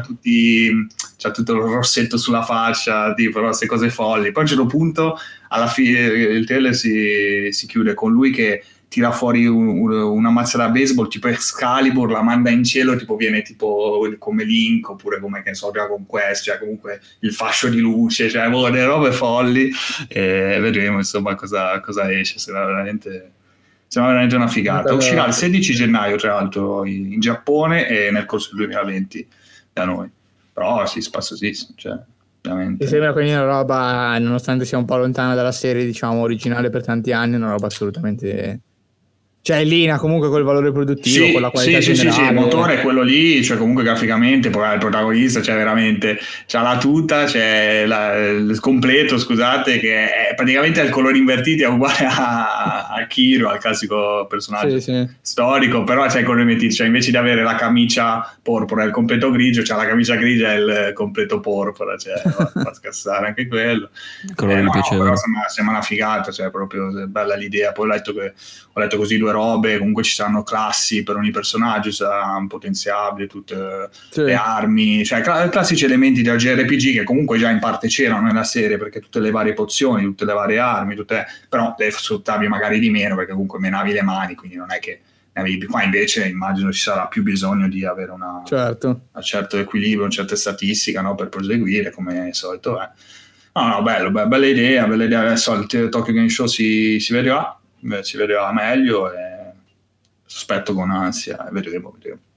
Speaker 1: c'ha tutto il rossetto sulla faccia, tipo queste cose folli. Poi a un certo punto alla fine il trailer si chiude con lui che tira fuori una mazza da baseball tipo Excalibur, la manda in cielo, tipo viene tipo come Link, oppure come, che ne so, Dragon Quest, cioè comunque il fascio di luce, cioè delle robe folli, e vedremo insomma cosa esce. Sembra veramente una figata. Uscirà il 16 gennaio tra l'altro in Giappone e nel corso del 2020 da noi, però sì, spassosissimo, cioè veramente.
Speaker 2: Mi sembra quindi una roba, nonostante sia un po' lontana dalla serie, diciamo, originale per tanti anni, una roba assolutamente, cioè in linea comunque col valore produttivo, con la qualità generale.
Speaker 1: Sì, il motore è quello lì, cioè comunque graficamente, poi il protagonista c'è veramente, c'ha la tuta, c'è il completo, scusate, che è praticamente il colore invertito, è uguale a Kiro, al classico personaggio storico, però c'è il colore invertito, cioè invece di avere la camicia porpora e il completo grigio, c'ha la camicia grigia e il completo porpora, cioè fa scassare anche quello.
Speaker 4: Però
Speaker 1: sembra una figata, cioè proprio bella l'idea. Poi ho letto così due robe, comunque ci saranno classi per ogni personaggio, sarà un potenziabile, tutte le armi, cioè classici elementi del JRPG che comunque già in parte c'erano nella serie, perché tutte le varie pozioni, tutte le varie armi, però le sfruttavi magari di meno perché comunque menavi le mani, quindi non è che ne avevi più. Qua invece immagino ci sarà più bisogno di avere un certo equilibrio, una certa statistica, no, per proseguire, come al solito è. No, bella idea. Adesso al Tokyo Game Show si vedrà meglio, e aspetto con ansia, vedremo.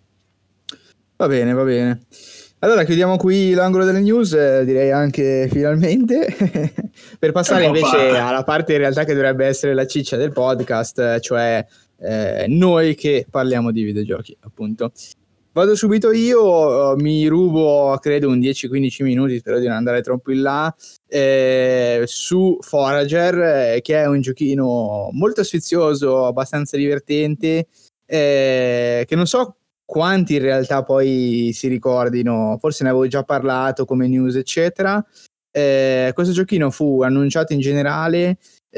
Speaker 2: Va bene. Allora chiudiamo qui l'angolo delle news, direi anche finalmente, per passare invece alla parte in realtà che dovrebbe essere la ciccia del podcast, cioè noi che parliamo di videogiochi, appunto. Vado subito io, mi rubo credo un 10-15 minuti, spero di non andare troppo in là, su Forager, che è un giochino molto sfizioso, abbastanza divertente, che non so quanti in realtà poi si ricordino, forse ne avevo già parlato come news eccetera. Questo giochino fu annunciato in generale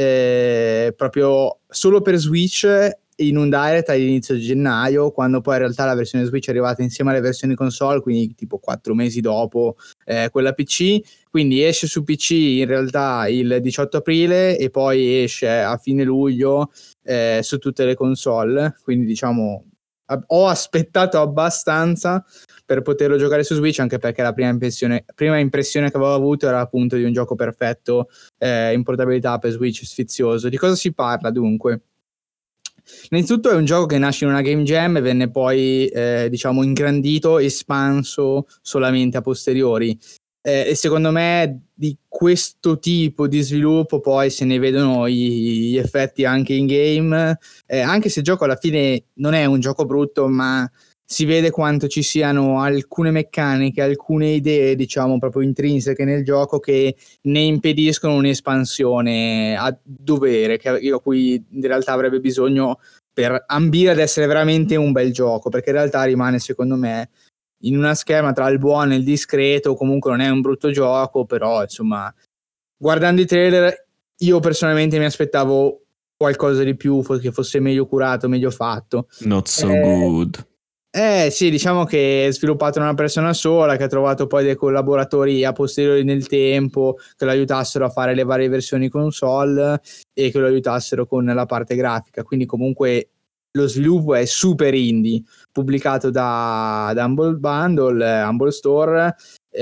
Speaker 2: proprio solo per Switch in un direct all'inizio di gennaio, quando poi in realtà la versione Switch è arrivata insieme alle versioni console, quindi tipo 4 mesi dopo quella PC, quindi esce su PC in realtà il 18 aprile e poi esce a fine luglio su tutte le console, quindi diciamo ho aspettato abbastanza per poterlo giocare su Switch, anche perché la prima impressione che avevo avuto era appunto di un gioco perfetto in portabilità per Switch, sfizioso. Di cosa si parla dunque? Innanzitutto è un gioco che nasce in una game jam e venne poi diciamo ingrandito, espanso solamente a posteriori, e secondo me di questo tipo di sviluppo poi se ne vedono gli effetti anche in game, anche se il gioco alla fine non è un gioco brutto, ma si vede quanto ci siano alcune meccaniche, alcune idee diciamo proprio intrinseche nel gioco che ne impediscono un'espansione a dovere, a cui in realtà avrebbe bisogno per ambire ad essere veramente un bel gioco, perché in realtà rimane secondo me in una scherma tra il buono e il discreto. Comunque non è un brutto gioco, però insomma guardando i trailer io personalmente mi aspettavo qualcosa di più, che fosse meglio curato, meglio fatto.
Speaker 4: Not so good.
Speaker 2: Sì, diciamo che è sviluppato da una persona sola, che ha trovato poi dei collaboratori a posteriori nel tempo che lo aiutassero a fare le varie versioni console e che lo aiutassero con la parte grafica, quindi comunque lo sviluppo è super indie, pubblicato da Humble Bundle, Humble Store,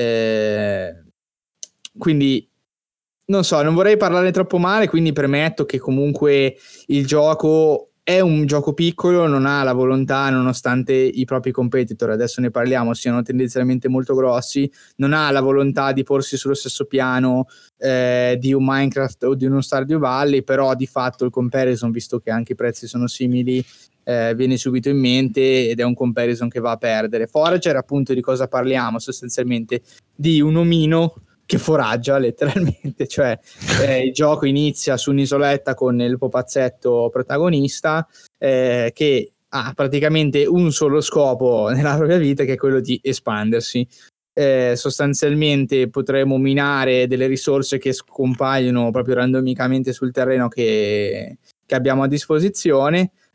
Speaker 2: quindi non so, non vorrei parlare troppo male, quindi premetto che comunque il gioco è un gioco piccolo, non ha la volontà, nonostante i propri competitor, adesso ne parliamo, siano tendenzialmente molto grossi, non ha la volontà di porsi sullo stesso piano di un Minecraft o di uno Stardew Valley, però di fatto il comparison, visto che anche i prezzi sono simili, viene subito in mente ed è un comparison che va a perdere. Forager, appunto, di cosa parliamo? Sostanzialmente di un omino che foraggia letteralmente, cioè il gioco inizia su un'isoletta con il pupazzetto protagonista che ha praticamente un solo scopo nella propria vita, che è quello di espandersi. Sostanzialmente potremo minare delle risorse che scompaiono proprio randomicamente sul terreno che abbiamo a disposizione,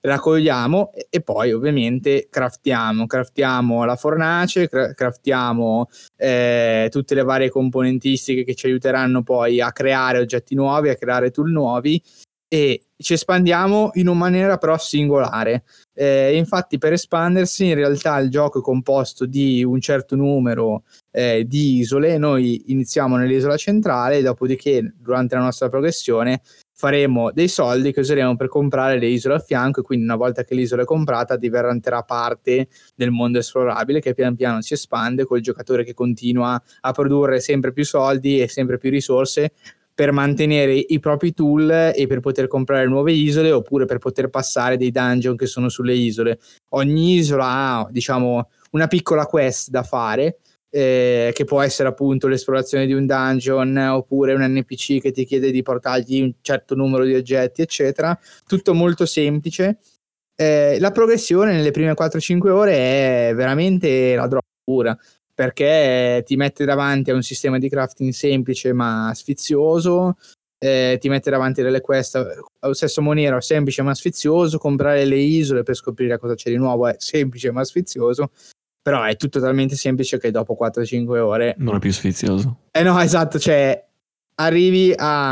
Speaker 2: raccogliamo e poi ovviamente craftiamo la fornace, craftiamo tutte le varie componentistiche che ci aiuteranno poi a creare oggetti nuovi, a creare tool nuovi, e ci espandiamo in una maniera però singolare. Infatti per espandersi in realtà il gioco è composto di un certo numero di isole. Noi iniziamo nell'isola centrale, dopodiché durante la nostra progressione faremo dei soldi che useremo per comprare le isole a fianco, e quindi una volta che l'isola è comprata diventerà parte del mondo esplorabile, che pian piano si espande col giocatore che continua a produrre sempre più soldi e sempre più risorse per mantenere i propri tool e per poter comprare nuove isole, oppure per poter passare dei dungeon che sono sulle isole. Ogni isola ha, diciamo, una piccola quest da fare, che può essere appunto l'esplorazione di un dungeon, oppure un NPC che ti chiede di portargli un certo numero di oggetti, eccetera. Tutto molto semplice. La progressione nelle prime 4-5 ore è veramente la droga pura, perché ti mette davanti a un sistema di crafting semplice ma sfizioso, ti mette davanti delle quest allo stesso maniera semplice ma sfizioso. Comprare le isole per scoprire cosa c'è di nuovo è semplice ma sfizioso, però è tutto talmente semplice che dopo 4-5 ore
Speaker 4: non è più sfizioso.
Speaker 2: No, esatto, cioè arrivi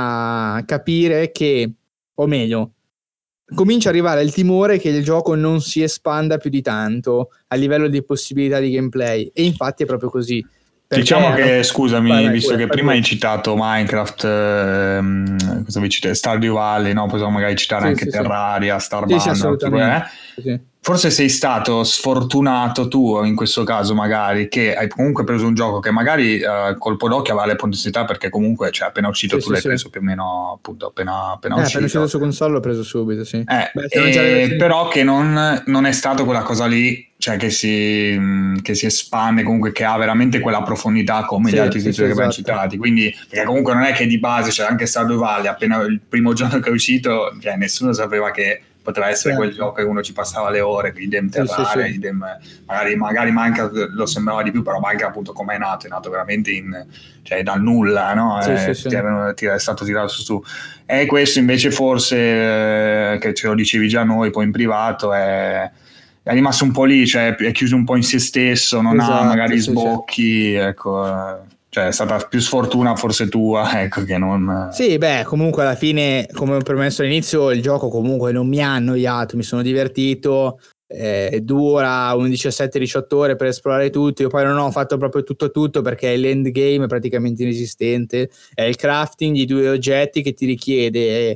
Speaker 2: a capire che, o meglio, comincia ad arrivare il timore che il gioco non si espanda più di tanto a livello di possibilità di gameplay, e infatti è proprio così.
Speaker 1: Diciamo che, scusami, visto che prima hai citato Minecraft, cosa vi citate? Stardew Valley, no? Possiamo magari citare anche Terraria, Starbound.
Speaker 2: Sì, assolutamente.
Speaker 1: Forse sei stato sfortunato tu in questo caso, magari, che hai comunque preso un gioco che magari colpo d'occhio aveva le potenzialità, perché comunque appena uscito tu l'hai preso più o meno, appunto, appena uscito.
Speaker 2: Appena uscito su console l'ho preso subito, sì.
Speaker 1: Però che non è stato quella cosa lì, cioè che si espande, comunque che ha veramente quella profondità come gli altri titoli che abbiamo citati. Quindi, perché comunque non è che di base c'è anche Stardew Valley, appena il primo giorno che è uscito, cioè nessuno sapeva che poteva essere quel gioco che uno ci passava le ore, idem Terraria, idem magari Minecraft lo sembrava di più, però Minecraft appunto come è nato veramente cioè dal nulla, no? Ti è stato tirato su. E questo invece forse, che ce lo dicevi già noi poi in privato, è rimasto un po' lì, cioè è chiuso un po' in se stesso, non ha magari sbocchi, ecco. Cioè è stata più sfortuna forse tua, ecco, che non...
Speaker 2: Sì, comunque alla fine, come ho premesso all'inizio, il gioco comunque non mi ha annoiato, mi sono divertito, dura un 17-18 ore per esplorare tutto. Io poi non ho fatto proprio tutto perché l'endgame è praticamente inesistente, è il crafting di 2 oggetti che ti richiede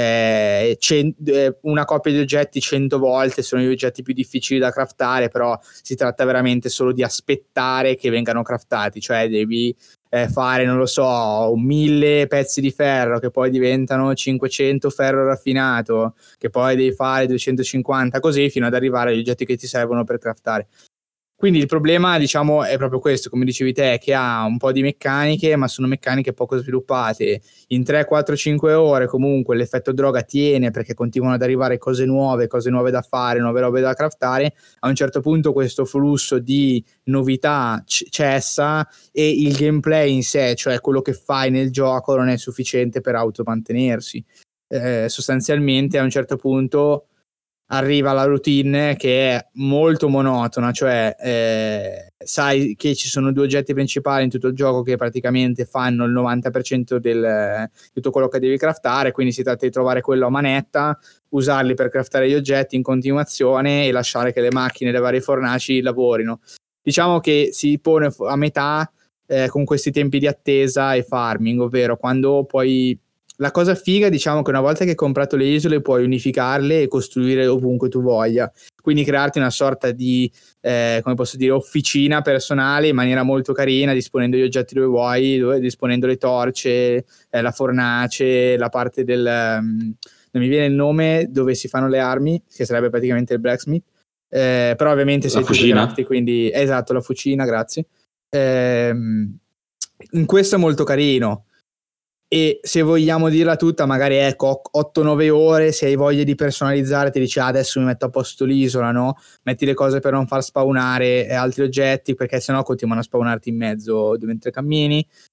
Speaker 2: una coppia di oggetti 100 volte. Sono gli oggetti più difficili da craftare, però si tratta veramente solo di aspettare che vengano craftati, cioè devi fare, non lo so, 1000 pezzi di ferro che poi diventano 500 ferro raffinato, che poi devi fare 250, così fino ad arrivare agli oggetti che ti servono per craftare. Quindi il problema, diciamo, è proprio questo, come dicevi te, che ha un po' di meccaniche, ma sono meccaniche poco sviluppate. In 3, 4, 5 ore comunque l'effetto droga tiene, perché continuano ad arrivare cose nuove da fare, nuove robe da craftare. A un certo punto questo flusso di novità cessa e il gameplay in sé, cioè quello che fai nel gioco, non è sufficiente per automantenersi. Sostanzialmente a un certo punto arriva la routine che è molto monotona, cioè sai che ci sono 2 oggetti principali in tutto il gioco che praticamente fanno il 90% di tutto quello che devi craftare, quindi si tratta di trovare quello a manetta, usarli per craftare gli oggetti in continuazione e lasciare che le macchine, le varie fornaci lavorino. Diciamo che si pone a metà con questi tempi di attesa e farming, ovvero quando poi... La cosa figa, diciamo, che una volta che hai comprato le isole puoi unificarle e costruire ovunque tu voglia, quindi crearti una sorta di, come posso dire, officina personale in maniera molto carina, disponendo gli oggetti dove vuoi, disponendo le torce, la fornace, la parte del... non mi viene il nome, dove si fanno le armi, che sarebbe praticamente il blacksmith, però ovviamente sei tu che crafti, quindi... Esatto, la fucina, grazie. In questo è molto carino. E se vogliamo dirla tutta, magari ecco 8-9 ore, se hai voglia di personalizzare ti dici adesso mi metto a posto l'isola, no? Metti le cose per non far spawnare altri oggetti, perché sennò continuano a spawnarti in mezzo mentre cammini.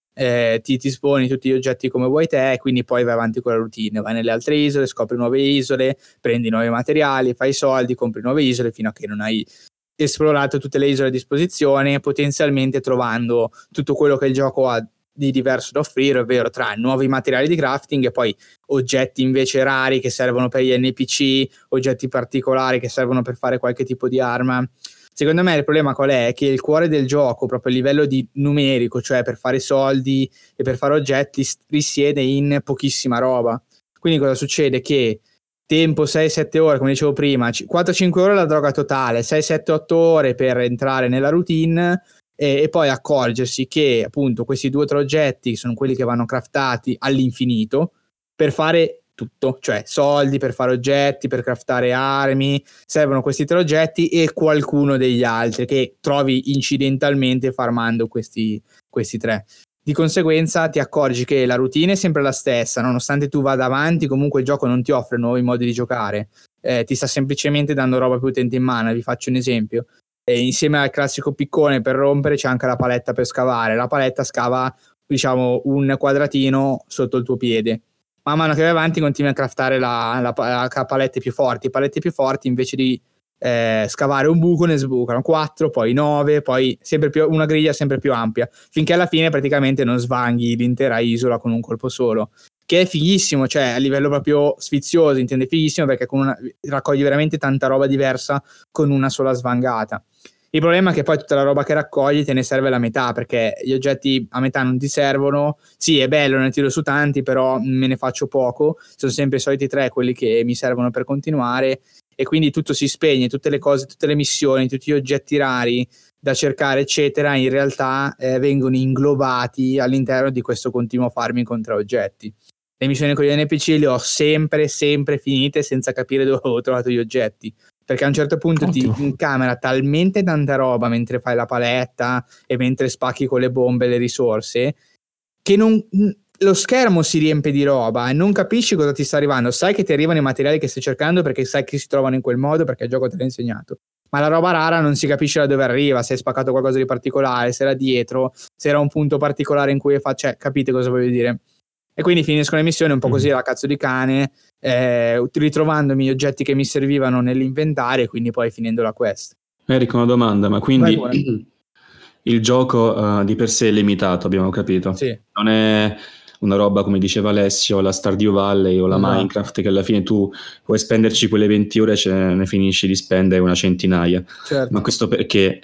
Speaker 2: ti sponi tutti gli oggetti come vuoi te, quindi poi vai avanti con la routine, vai nelle altre isole, scopri nuove isole, prendi nuovi materiali, fai soldi, compri nuove isole fino a che non hai esplorato tutte le isole a disposizione, potenzialmente trovando tutto quello che il gioco ha di diverso da offrire, ovvero tra nuovi materiali di crafting e poi oggetti invece rari che servono per gli NPC, oggetti particolari che servono per fare qualche tipo di arma. Secondo me il problema qual è? Che il cuore del gioco, proprio a livello di numerico, cioè per fare soldi e per fare oggetti, risiede in pochissima roba. Quindi cosa succede? Che tempo 6-7 ore, come dicevo prima, 4-5 ore la droga totale, 6-7-8 ore per entrare nella routine e poi accorgersi che appunto questi 2 o 3 oggetti sono quelli che vanno craftati all'infinito per fare tutto, cioè soldi per fare oggetti, per craftare armi, servono questi 3 oggetti e qualcuno degli altri che trovi incidentalmente farmando questi 3. Di conseguenza ti accorgi che la routine è sempre la stessa, nonostante tu vada avanti, comunque il gioco non ti offre nuovi modi di giocare, ti sta semplicemente dando roba più utente in mano. Vi faccio un esempio. Insieme al classico piccone per rompere c'è anche la paletta per scavare. La paletta scava, diciamo, un quadratino sotto il tuo piede. Man mano che vai avanti continui a craftare la palette più forti. Palette più forti invece di scavare un buco ne sbucano 4, poi 9, poi sempre più, una griglia sempre più ampia, finché alla fine praticamente non svanghi l'intera isola con un colpo solo, che è fighissimo, cioè a livello proprio sfizioso, intende fighissimo perché raccogli veramente tanta roba diversa con una sola svangata. Il problema è che poi tutta la roba che raccogli te ne serve la metà, perché gli oggetti a metà non ti servono. Sì, è bello, ne tiro su tanti, però me ne faccio poco, sono sempre i soliti 3 quelli che mi servono per continuare, e quindi tutto si spegne, tutte le cose, tutte le missioni, tutti gli oggetti rari da cercare eccetera in realtà vengono inglobati all'interno di questo continuo farming contro oggetti. Le missioni con gli NPC le ho sempre finite senza capire dove avevo trovato gli oggetti, perché a un certo punto ti incamera talmente tanta roba mentre fai la paletta e mentre spacchi con le bombe le risorse che lo schermo si riempie di roba e non capisci cosa ti sta arrivando. Sai che ti arrivano i materiali che stai cercando perché sai che si trovano in quel modo, perché il gioco te l'ha insegnato, ma la roba rara non si capisce da dove arriva, se hai spaccato qualcosa di particolare, se era dietro, se era un punto particolare in cui cioè capite cosa voglio dire. E quindi finisco le missioni un po' così alla cazzo di cane, ritrovandomi gli oggetti che mi servivano nell'inventario e quindi poi finendo la quest.
Speaker 3: Eric, una domanda, ma quindi il gioco di per sé è limitato, abbiamo capito?
Speaker 2: Sì.
Speaker 3: Non è una roba come diceva Alessio, la Stardew Valley o la Minecraft, che alla fine tu puoi spenderci quelle 20 ore e ne finisci di spendere una centinaia.
Speaker 2: Certo.
Speaker 3: Ma questo perché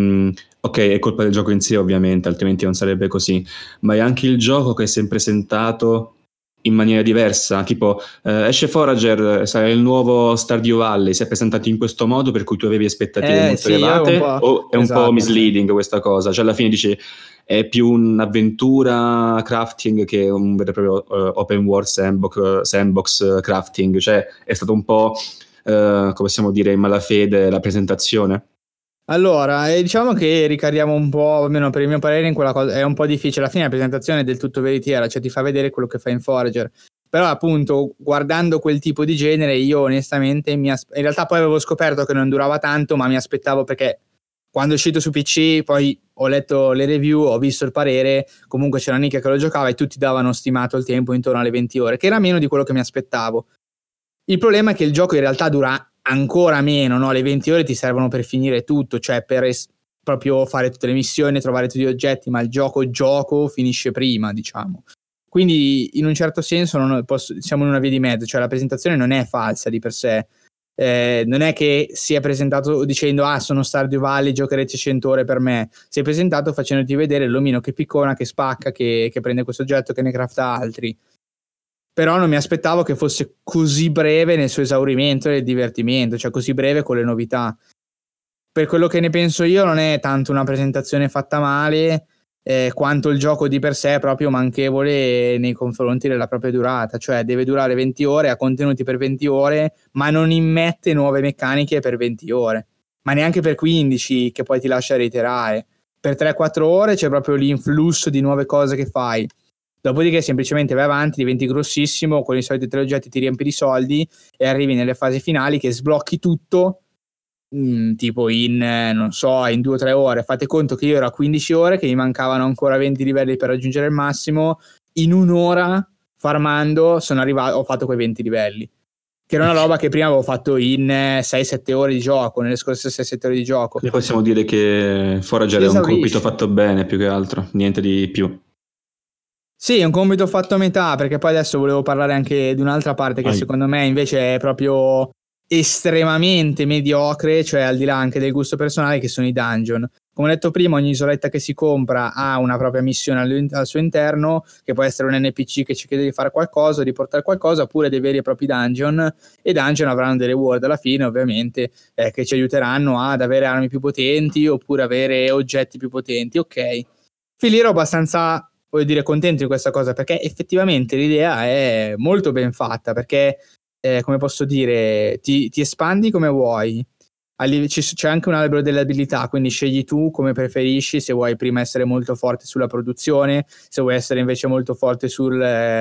Speaker 3: ok, è colpa del gioco in sé ovviamente, altrimenti non sarebbe così, ma è anche il gioco che è sempre presentato in maniera diversa, tipo esce Forager, sarà il nuovo Stardew Valley, si è presentato in questo modo per cui tu avevi aspettative molto elevate, o è un po' misleading questa cosa, cioè alla fine dici è più un'avventura crafting che un vero e proprio open world sandbox crafting, cioè è stato un po' come possiamo dire in malafede la presentazione?
Speaker 2: Allora, diciamo che ricadiamo un po', almeno per il mio parere, in quella cosa. È un po' difficile. Alla fine la presentazione è del tutto veritiera, cioè ti fa vedere quello che fa in Forager. Però appunto, guardando quel tipo di genere, io onestamente in realtà poi avevo scoperto che non durava tanto, ma mi aspettavo, perché quando è uscito su PC, poi ho letto le review, ho visto il parere, comunque c'era Nicchia che lo giocava e tutti davano stimato il tempo intorno alle 20 ore, che era meno di quello che mi aspettavo. Il problema è che il gioco in realtà dura ancora meno, no? Le 20 ore ti servono per finire tutto, cioè per proprio fare tutte le missioni, trovare tutti gli oggetti, ma il gioco finisce prima, diciamo. Quindi in un certo senso siamo in una via di mezzo, cioè la presentazione non è falsa di per sé, non è che si è presentato dicendo sono Stardew Valley, giocherete 100 ore per me, si è presentato facendoti vedere l'omino che piccona, che spacca, che prende questo oggetto, che ne crafta altri. Però non mi aspettavo che fosse così breve nel suo esaurimento e nel divertimento, cioè così breve con le novità. Per quello che ne penso io non è tanto una presentazione fatta male, quanto il gioco di per sé è proprio manchevole nei confronti della propria durata, cioè deve durare 20 ore, ha contenuti per 20 ore, ma non immette nuove meccaniche per 20 ore, ma neanche per 15 che poi ti lascia reiterare. Per 3-4 ore c'è proprio l'influsso di nuove cose che fai. Dopodiché semplicemente vai avanti, diventi grossissimo, con i soliti 3 oggetti ti riempi di soldi e arrivi nelle fasi finali che sblocchi tutto tipo in, non so, in 2 o 3 ore. Fate conto che io ero a 15 ore, che mi mancavano ancora 20 livelli per raggiungere il massimo. In un'ora, farmando, ho fatto quei 20 livelli. Che era una roba che prima avevo fatto in 6-7 ore di gioco, nelle scorse 6-7 ore di gioco.
Speaker 3: Quindi possiamo dire che Forager è un compito fatto bene, più che altro, niente di più.
Speaker 2: Sì, è un compito fatto a metà, perché poi adesso volevo parlare anche di un'altra parte che secondo me invece è proprio estremamente mediocre, cioè al di là anche del gusto personale, che sono i dungeon. Come ho detto prima, ogni isoletta che si compra ha una propria missione al suo interno, che può essere un NPC che ci chiede di fare qualcosa, di portare qualcosa, oppure dei veri e propri dungeon, e i dungeon avranno delle reward alla fine, ovviamente, che ci aiuteranno ad avere armi più potenti, oppure avere oggetti più potenti. Ok, fin lì ero abbastanza, voglio dire, contento di questa cosa, perché effettivamente l'idea è molto ben fatta, perché come posso dire, ti espandi come vuoi. C'è anche un albero delle abilità, quindi scegli tu come preferisci, se vuoi prima essere molto forte sulla produzione, se vuoi essere invece molto forte sul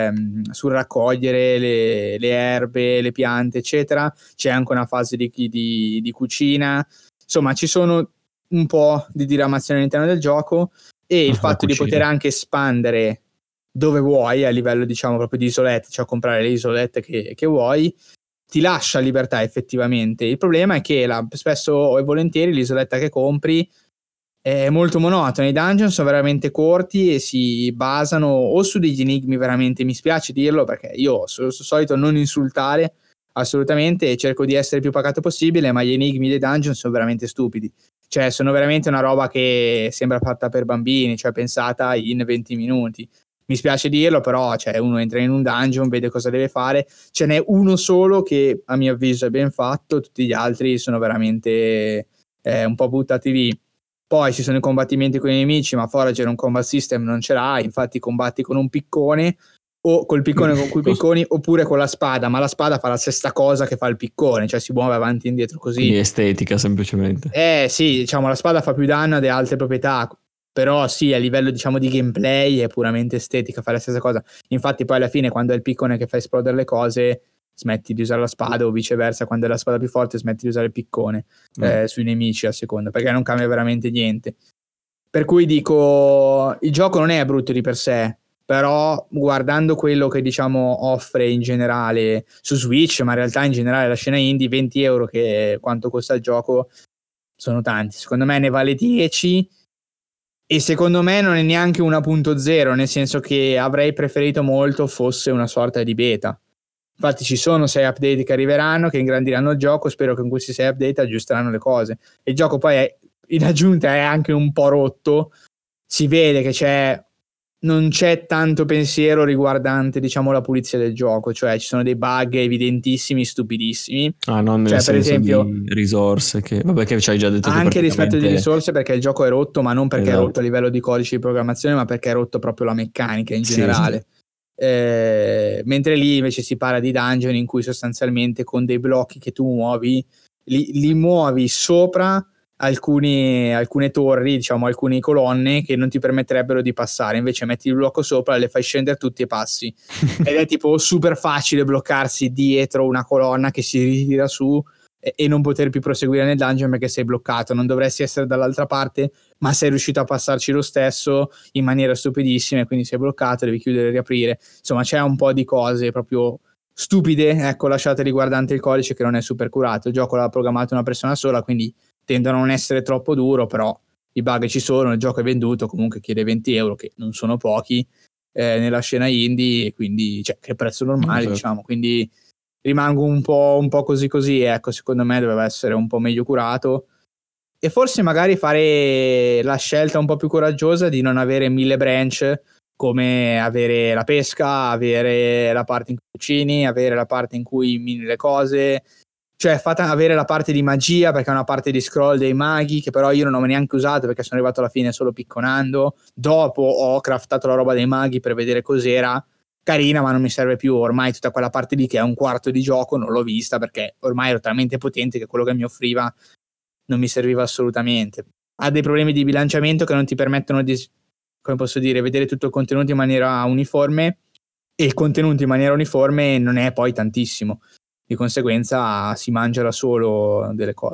Speaker 2: raccogliere le erbe, le piante, eccetera. C'è anche una fase di cucina. Insomma, ci sono un po' di diramazione all'interno del gioco, e il fatto di poter anche espandere dove vuoi a livello, diciamo, proprio di isolette, cioè comprare le isolette che vuoi, ti lascia libertà effettivamente. Il problema è che spesso e volentieri l'isoletta che compri è molto monotona. I dungeon sono veramente corti e si basano o su degli enigmi, veramente, mi spiace dirlo perché io sono solito non insultare assolutamente e cerco di essere il più pacato possibile, ma gli enigmi dei dungeon sono veramente stupidi. Cioè sono veramente una roba che sembra fatta per bambini, cioè pensata in 20 minuti. Mi spiace dirlo, però cioè, uno entra in un dungeon, vede cosa deve fare, ce n'è uno solo che a mio avviso è ben fatto, tutti gli altri sono veramente un po' buttati lì. Poi ci sono i combattimenti con i nemici, ma Forager un combat system non ce l'ha, infatti combatti con un piccone, o col piccone con cui picconi, oppure con la spada, ma la spada fa la stessa cosa che fa il piccone, cioè si muove avanti e indietro così.
Speaker 4: Quindi estetica semplicemente.
Speaker 2: Sì, diciamo la spada fa più danno delle altre proprietà, però sì, a livello, diciamo, di gameplay è puramente estetica, fa la stessa cosa. Infatti poi alla fine, quando è il piccone che fa esplodere le cose, smetti di usare la spada, o viceversa, quando è la spada più forte smetti di usare il piccone sui nemici a seconda, perché non cambia veramente niente. Per cui dico, il gioco non è brutto di per sé, però guardando quello che, diciamo, offre in generale su Switch, ma in realtà in generale la scena indie, 20 euro, che è quanto costa il gioco, sono tanti. Secondo me ne vale 10, e secondo me non è neanche 1.0, nel senso che avrei preferito molto fosse una sorta di beta. Infatti ci sono 6 update che arriveranno, che ingrandiranno il gioco, spero che con questi 6 update aggiusteranno le cose. Il gioco poi in aggiunta è anche un po' rotto, si vede che non c'è tanto pensiero riguardante, diciamo, la pulizia del gioco, cioè ci sono dei bug evidentissimi, stupidissimi.
Speaker 4: Non nel senso, per esempio, di risorse, che vabbè, che ci hai già detto,
Speaker 2: anche rispetto di risorse, perché il gioco è rotto, ma non perché è rotto a livello di codice di programmazione, ma perché è rotto proprio la meccanica in generale. Mentre lì invece si parla di dungeon in cui sostanzialmente con dei blocchi che tu muovi li muovi sopra alcune torri, diciamo alcune colonne che non ti permetterebbero di passare, invece metti il blocco sopra, le fai scendere tutti e passi. Ed è tipo super facile bloccarsi dietro una colonna che si ritira su e non poter più proseguire nel dungeon perché sei bloccato. Non dovresti essere dall'altra parte, ma sei riuscito a passarci lo stesso in maniera stupidissima, e quindi sei bloccato, devi chiudere e riaprire. Insomma, c'è un po' di cose proprio stupide, ecco, lasciate riguardante il codice, che non è super curato. Il gioco l'ha programmato una persona sola, quindi tende a non essere troppo duro, però i bug ci sono, il gioco è venduto, comunque chiede 20 euro, che non sono pochi nella scena indie, e quindi, cioè, che prezzo normale, diciamo, quindi rimango un po' così, ecco. Secondo me doveva essere un po' meglio curato, e forse magari fare la scelta un po' più coraggiosa di non avere 1000 branch, come avere la pesca, avere la parte in cui cucini, avere la parte in cui mini le cose, cioè avere la parte di magia, perché è una parte di scroll dei maghi che però io non ho neanche usato perché sono arrivato alla fine solo picconando. Dopo ho craftato la roba dei maghi per vedere cos'era, carina, ma non mi serve più. Ormai tutta quella parte lì che è un quarto di gioco non l'ho vista, perché ormai ero talmente potente che quello che mi offriva non mi serviva assolutamente. Ha dei problemi di bilanciamento che non ti permettono di, come posso dire, vedere tutto il contenuto in maniera uniforme, e il contenuto in maniera uniforme non è poi tantissimo, di conseguenza si mangia da solo delle cose.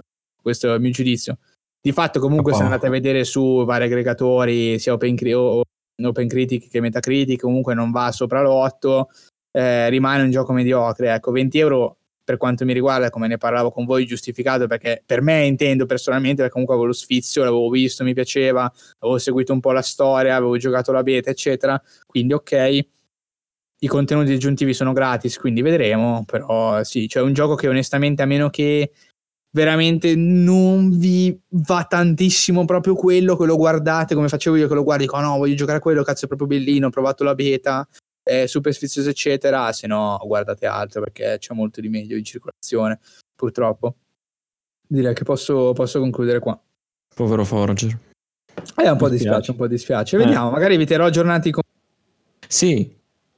Speaker 2: questo è il mio giudizio. Di fatto comunque se andate a vedere su vari aggregatori sia OpenCritic che Metacritic, comunque non va sopra l'8, rimane un gioco mediocre. Ecco, 20 euro per quanto mi riguarda, come ne parlavo con voi, giustificato, perché per me intendo personalmente, perché comunque avevo lo sfizio, l'avevo visto, mi piaceva, avevo seguito un po' la storia, avevo giocato la beta eccetera, quindi ok. I contenuti aggiuntivi sono gratis, quindi vedremo, però sì, cioè un gioco che onestamente, a meno che veramente non vi va tantissimo proprio quello, che lo guardate come facevo io, che lo guardi, dico no, voglio giocare a quello, cazzo è proprio bellino, ho provato la beta, è super sfizioso eccetera, se no guardate altro, perché c'è molto di meglio in circolazione, purtroppo. Direi che posso concludere qua.
Speaker 4: Povero Forger.
Speaker 2: Un po' dispiace. Vediamo, magari vi terrò aggiornati con...
Speaker 4: Sì.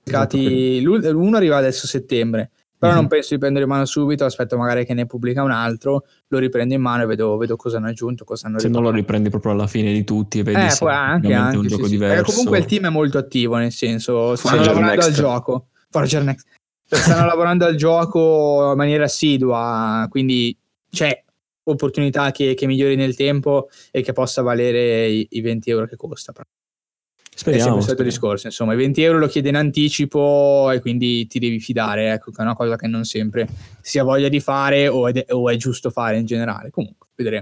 Speaker 2: L'uno arriva adesso a settembre, però non penso di prendere in mano subito, aspetto magari che ne pubblica un altro, lo riprendo in mano e vedo cosa hanno aggiunto, cosa hanno
Speaker 4: se non lo riprendi proprio alla fine di tutti e vedi se
Speaker 2: anche
Speaker 4: un gioco diverso.
Speaker 2: Perché comunque il team è molto attivo, nel senso stanno lavorando al gioco. Forger Next. Stanno lavorando al gioco in maniera assidua, quindi c'è opportunità che migliori nel tempo e che possa valere i 20 euro che costa.
Speaker 4: Speriamo,
Speaker 2: è sempre stato il discorso, insomma, i 20 euro lo chiede in anticipo e quindi ti devi fidare, ecco, che è una cosa che non sempre si ha voglia di fare o è giusto fare in generale. Comunque, vedremo.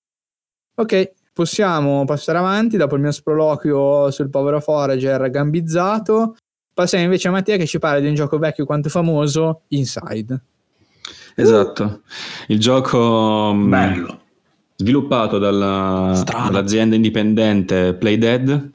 Speaker 2: Ok, possiamo passare avanti dopo il mio sproloquio sul povero Forager gambizzato. Passiamo invece a Mattia che ci parla di un gioco vecchio quanto famoso, Inside.
Speaker 3: Esatto, il gioco
Speaker 1: bello
Speaker 3: sviluppato dall'azienda indipendente Playdead,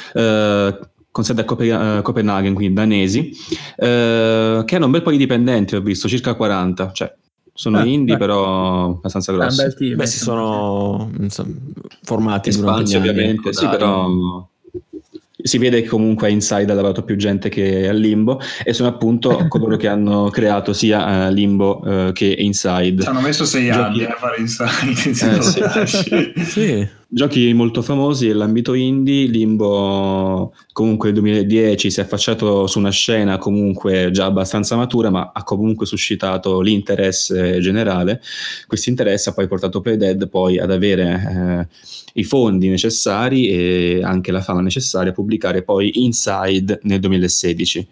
Speaker 3: con sede a Copenaghen, quindi danesi, che hanno un bel po' di dipendenti, ho visto, circa 40, cioè sono indie però abbastanza grossi.
Speaker 2: Un bel team,
Speaker 4: si sono formati
Speaker 3: espansi ovviamente, sì, però si vede che comunque a Inside ha lavorato più gente che a Limbo, e sono appunto coloro che hanno creato sia Limbo che Inside.
Speaker 1: Ci hanno messo 6 anni a fare Inside.
Speaker 3: Sì. Giochi molto famosi nell'ambito indie. Limbo comunque nel 2010 si è affacciato su una scena comunque già abbastanza matura, ma ha comunque suscitato l'interesse generale. Questo interesse ha poi portato Playdead poi ad avere i fondi necessari e anche la fama necessaria a pubblicare poi Inside nel 2016.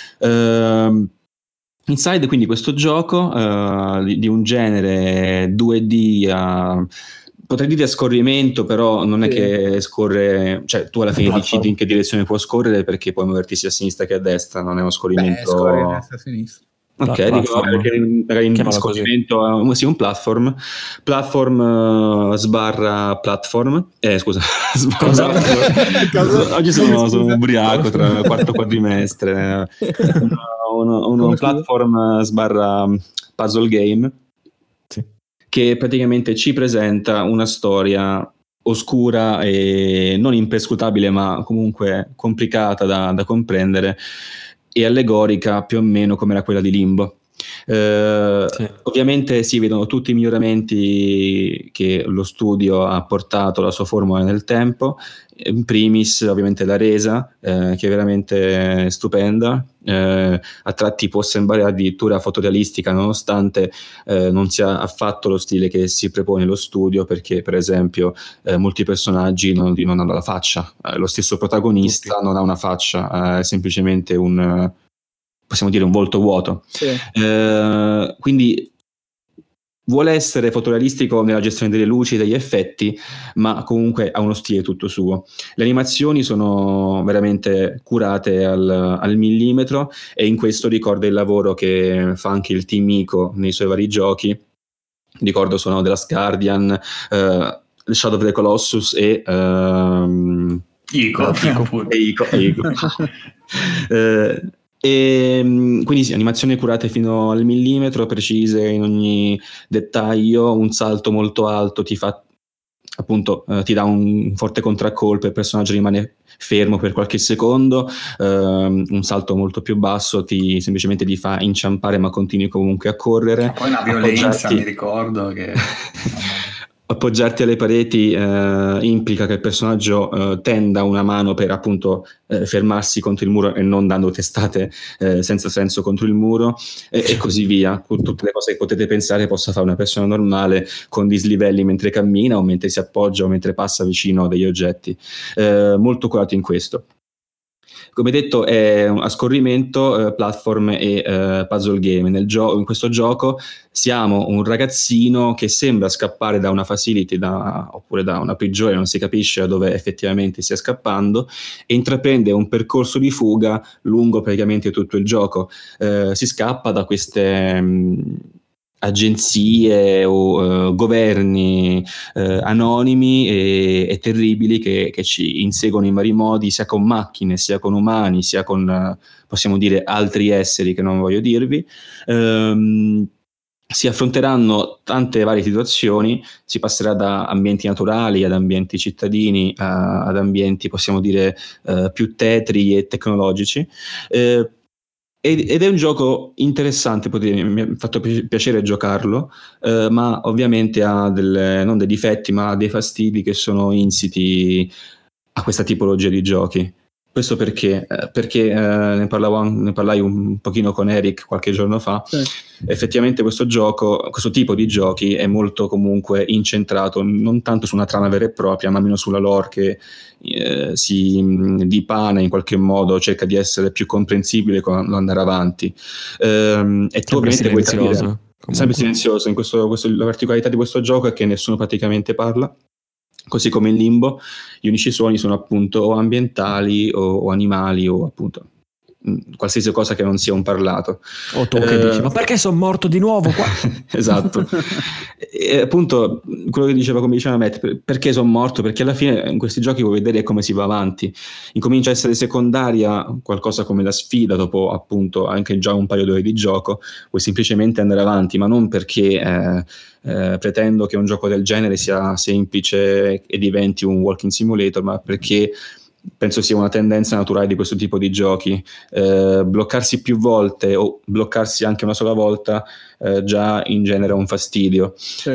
Speaker 3: Inside, quindi, questo gioco di un genere 2D potrei dire a scorrimento, però non è che scorre, cioè tu alla fine decidi in che direzione può scorrere, perché puoi muoverti sia a sinistra che a destra, non è uno scorrimento.
Speaker 2: Scorre a destra e a sinistra.
Speaker 3: Ok, dico, perché magari in scorrimento sì, un platform sbarra platform, scusa, oggi sono ubriaco tra quarto quadrimestre. uno platform sbarra puzzle game, sì, che praticamente ci presenta una storia oscura e non imperscrutabile, ma comunque complicata da comprendere, e allegorica più o meno come era quella di Limbo. Sì. Ovviamente si vedono tutti i miglioramenti che lo studio ha portato alla sua formula nel tempo, in primis ovviamente la resa, che è veramente stupenda, a tratti può sembrare addirittura fotorealistica, nonostante non sia affatto lo stile che si propone lo studio, perché per esempio molti personaggi non hanno la faccia, lo stesso protagonista non ha una faccia, è semplicemente possiamo dire un volto vuoto. Sì. Quindi vuole essere fotorealistico nella gestione delle luci e degli effetti, ma comunque ha uno stile tutto suo. Le animazioni sono veramente curate al millimetro, e in questo ricorda il lavoro che fa anche il team Ico nei suoi vari giochi. Ricordo sono The Last Guardian, Shadow of the Colossus e
Speaker 1: Ico.
Speaker 3: E quindi sì, animazioni curate fino al millimetro, precise in ogni dettaglio. Un salto molto alto ti fa appunto ti dà un forte contraccolpo e il personaggio rimane fermo per qualche secondo. Un salto molto più basso semplicemente ti fa inciampare, ma continui comunque a correre.
Speaker 1: Ma poi una violenza, mi ricordo che
Speaker 3: appoggiarti alle pareti implica che il personaggio tenda una mano per appunto fermarsi contro il muro e non dando testate senza senso contro il muro e così via. Tutte le cose che potete pensare possa fare una persona normale con dislivelli mentre cammina o mentre si appoggia o mentre passa vicino a degli oggetti. Molto curato in questo. Come detto è a scorrimento, platform e puzzle game. In questo gioco siamo un ragazzino che sembra scappare da una facility oppure da una prigione, non si capisce da dove effettivamente stia scappando, e intraprende un percorso di fuga lungo praticamente tutto il gioco. Si scappa da queste agenzie o governi anonimi e terribili che ci inseguono in vari modi, sia con macchine, sia con umani, sia con possiamo dire altri esseri che non voglio dirvi. Si affronteranno tante varie situazioni, si passerà da ambienti naturali ad ambienti cittadini ad ambienti possiamo dire più tetri e tecnologici. Ed è un gioco interessante, mi ha fatto piacere giocarlo, ma ovviamente ha non dei difetti, ma ha dei fastidi che sono insiti a questa tipologia di giochi. Questo perché ne parlai un pochino con Eric qualche giorno fa. Sì. Effettivamente questo tipo di giochi è molto comunque incentrato non tanto su una trama vera e propria, ma meno sulla lore che si dipana in qualche modo, cerca di essere più comprensibile quando andare avanti. E tu ovviamente vuoi capire, sempre silenzioso. La particolarità di questo gioco è che nessuno praticamente parla. Così come in Limbo, gli unici suoni sono appunto o ambientali o animali o appunto qualsiasi cosa che non sia un parlato.
Speaker 4: O tu che dici, ma perché sono morto di nuovo qua?
Speaker 3: Esatto. E appunto, quello che come diceva Matt, perché sono morto? Perché alla fine in questi giochi vuoi vedere come si va avanti. Incomincia a essere secondaria qualcosa come la sfida, dopo appunto anche già un paio d'ore di gioco, vuoi semplicemente andare avanti, ma non perché pretendo che un gioco del genere sia semplice e diventi un walking simulator, ma perché penso sia una tendenza naturale di questo tipo di giochi. Bloccarsi più volte o bloccarsi anche una sola volta già in genere è un fastidio. Sì.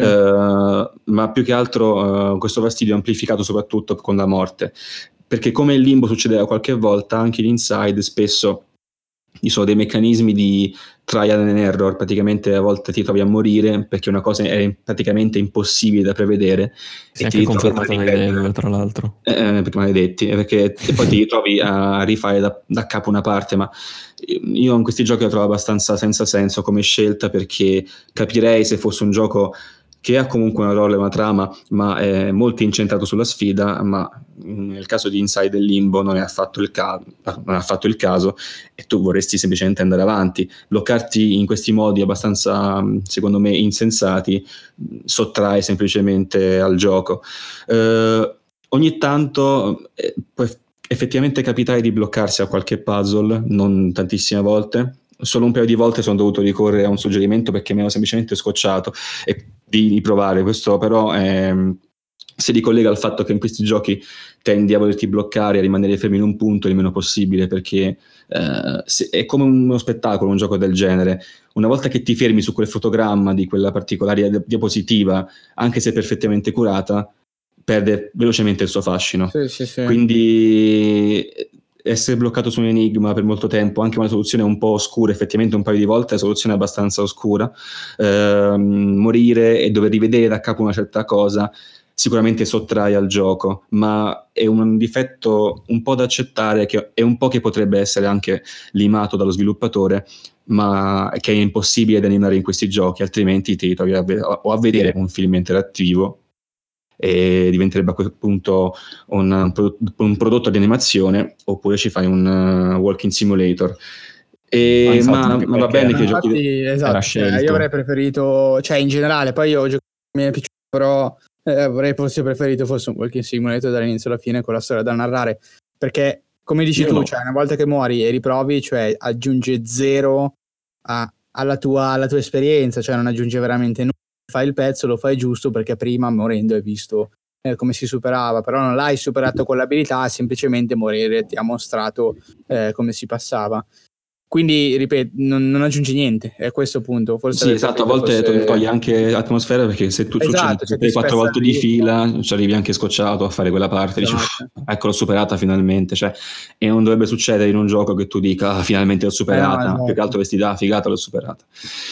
Speaker 3: Ma più che altro questo fastidio è amplificato soprattutto con la morte, perché come in Limbo succedeva qualche volta, anche in Inside spesso ci sono dei meccanismi di trial and error, praticamente a volte ti trovi a morire perché una cosa è praticamente impossibile da prevedere.
Speaker 4: Si è anche confermato dai dev, tra l'altro.
Speaker 3: Perché maledetti, perché poi ti trovi a rifare da capo una parte, ma io in questi giochi lo trovo abbastanza senza senso come scelta, perché capirei se fosse un gioco che ha comunque una rolla e una trama, ma è molto incentrato sulla sfida, ma nel caso di Inside e Limbo non è affatto il caso, e tu vorresti semplicemente andare avanti. Bloccarti in questi modi abbastanza, secondo me, insensati, sottrae semplicemente al gioco. Ogni tanto può effettivamente capitare di bloccarsi a qualche puzzle, non tantissime volte. Solo un paio di volte sono dovuto ricorrere a un suggerimento perché mi ero semplicemente scocciato e di provare. Questo però si ricollega al fatto che in questi giochi tendi a volerti bloccare, a rimanere fermi in un punto il meno possibile, perché è come uno spettacolo, un gioco del genere. Una volta che ti fermi su quel fotogramma di quella particolare diapositiva, anche se perfettamente curata, perde velocemente il suo fascino. Sì. Quindi essere bloccato su un enigma per molto tempo, anche una soluzione un po' oscura, effettivamente un paio di volte la soluzione è abbastanza oscura, morire e dover rivedere da capo una certa cosa sicuramente sottrae al gioco, ma è un difetto un po' da accettare, che è un po' che potrebbe essere anche limato dallo sviluppatore, ma che è impossibile da eliminare in questi giochi, altrimenti ti trovi a vedere un film interattivo e diventerebbe a quel punto un prodotto di animazione, oppure ci fai un walking simulator. Ma va bene che giochi.
Speaker 2: Esatto, io avrei preferito, cioè in generale, poi io mi è piaciuto, però avrei forse preferito fosse un walking simulator dall'inizio alla fine con la storia da narrare, perché come dici tu, cioè una volta che muori e riprovi, cioè aggiunge zero alla tua esperienza, cioè non aggiunge veramente nulla. Fai il pezzo, lo fai giusto perché prima morendo hai visto come si superava, però non l'hai superato con l'abilità, semplicemente morire ti ha mostrato come si passava. Quindi, ripeto, non aggiungi niente, è questo il punto. Forse
Speaker 3: sì, esatto, a volte togli anche atmosfera, perché se tu
Speaker 2: esatto,
Speaker 3: succede 4 volte di fila, ci arrivi anche scocciato a fare quella parte,
Speaker 2: esatto.
Speaker 3: dici, ecco, l'ho superata finalmente, cioè, e non dovrebbe succedere in un gioco che tu dica, finalmente l'ho superata,
Speaker 2: esatto.
Speaker 3: più che altro vesti da figata, l'ho superata.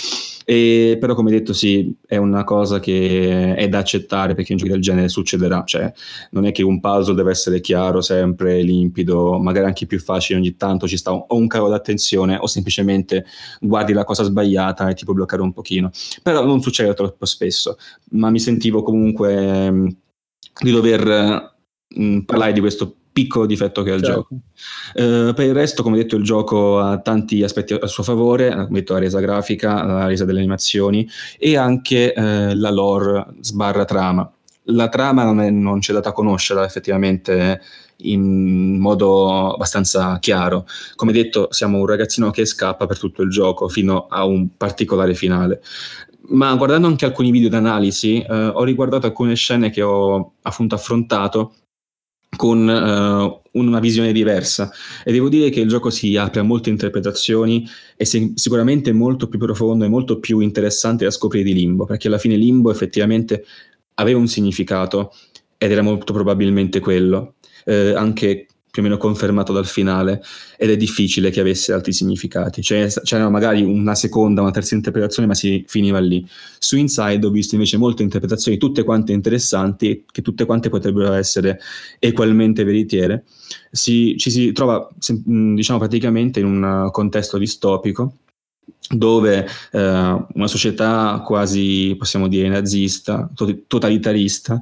Speaker 3: E però, come detto, sì, è una cosa che è da accettare, perché in giochi del genere succederà, cioè non è che un puzzle deve essere chiaro sempre, limpido, magari anche più facile, ogni tanto ci sta o un calo d'attenzione o semplicemente guardi la cosa sbagliata e ti puoi bloccare un pochino, però non succede troppo spesso, ma mi sentivo comunque di dover parlare di questo piccolo difetto che ha il gioco. Per il resto, come detto, il gioco ha tanti aspetti a suo favore, come detto, la resa grafica, la resa delle animazioni e anche la lore / trama. La trama non c'è data a conoscerla effettivamente in modo abbastanza chiaro. Come detto, siamo un ragazzino che scappa per tutto il gioco fino a un particolare finale. Ma guardando anche alcuni video d'analisi, ho riguardato alcune scene che ho appunto affrontato con una visione diversa, e devo dire che il gioco si apre a molte interpretazioni e sicuramente molto più profondo e molto più interessante da scoprire di Limbo, perché alla fine Limbo effettivamente aveva un significato ed era molto probabilmente quello, anche più o meno confermato dal finale, ed è difficile che avesse altri significati, c'era magari una seconda, una terza interpretazione, ma si finiva lì. Su Inside ho visto invece molte interpretazioni, tutte quante interessanti, che tutte quante potrebbero essere equalmente veritiere. Ci si trova, diciamo, praticamente in un contesto distopico, dove una società quasi, possiamo dire, nazista, totalitarista,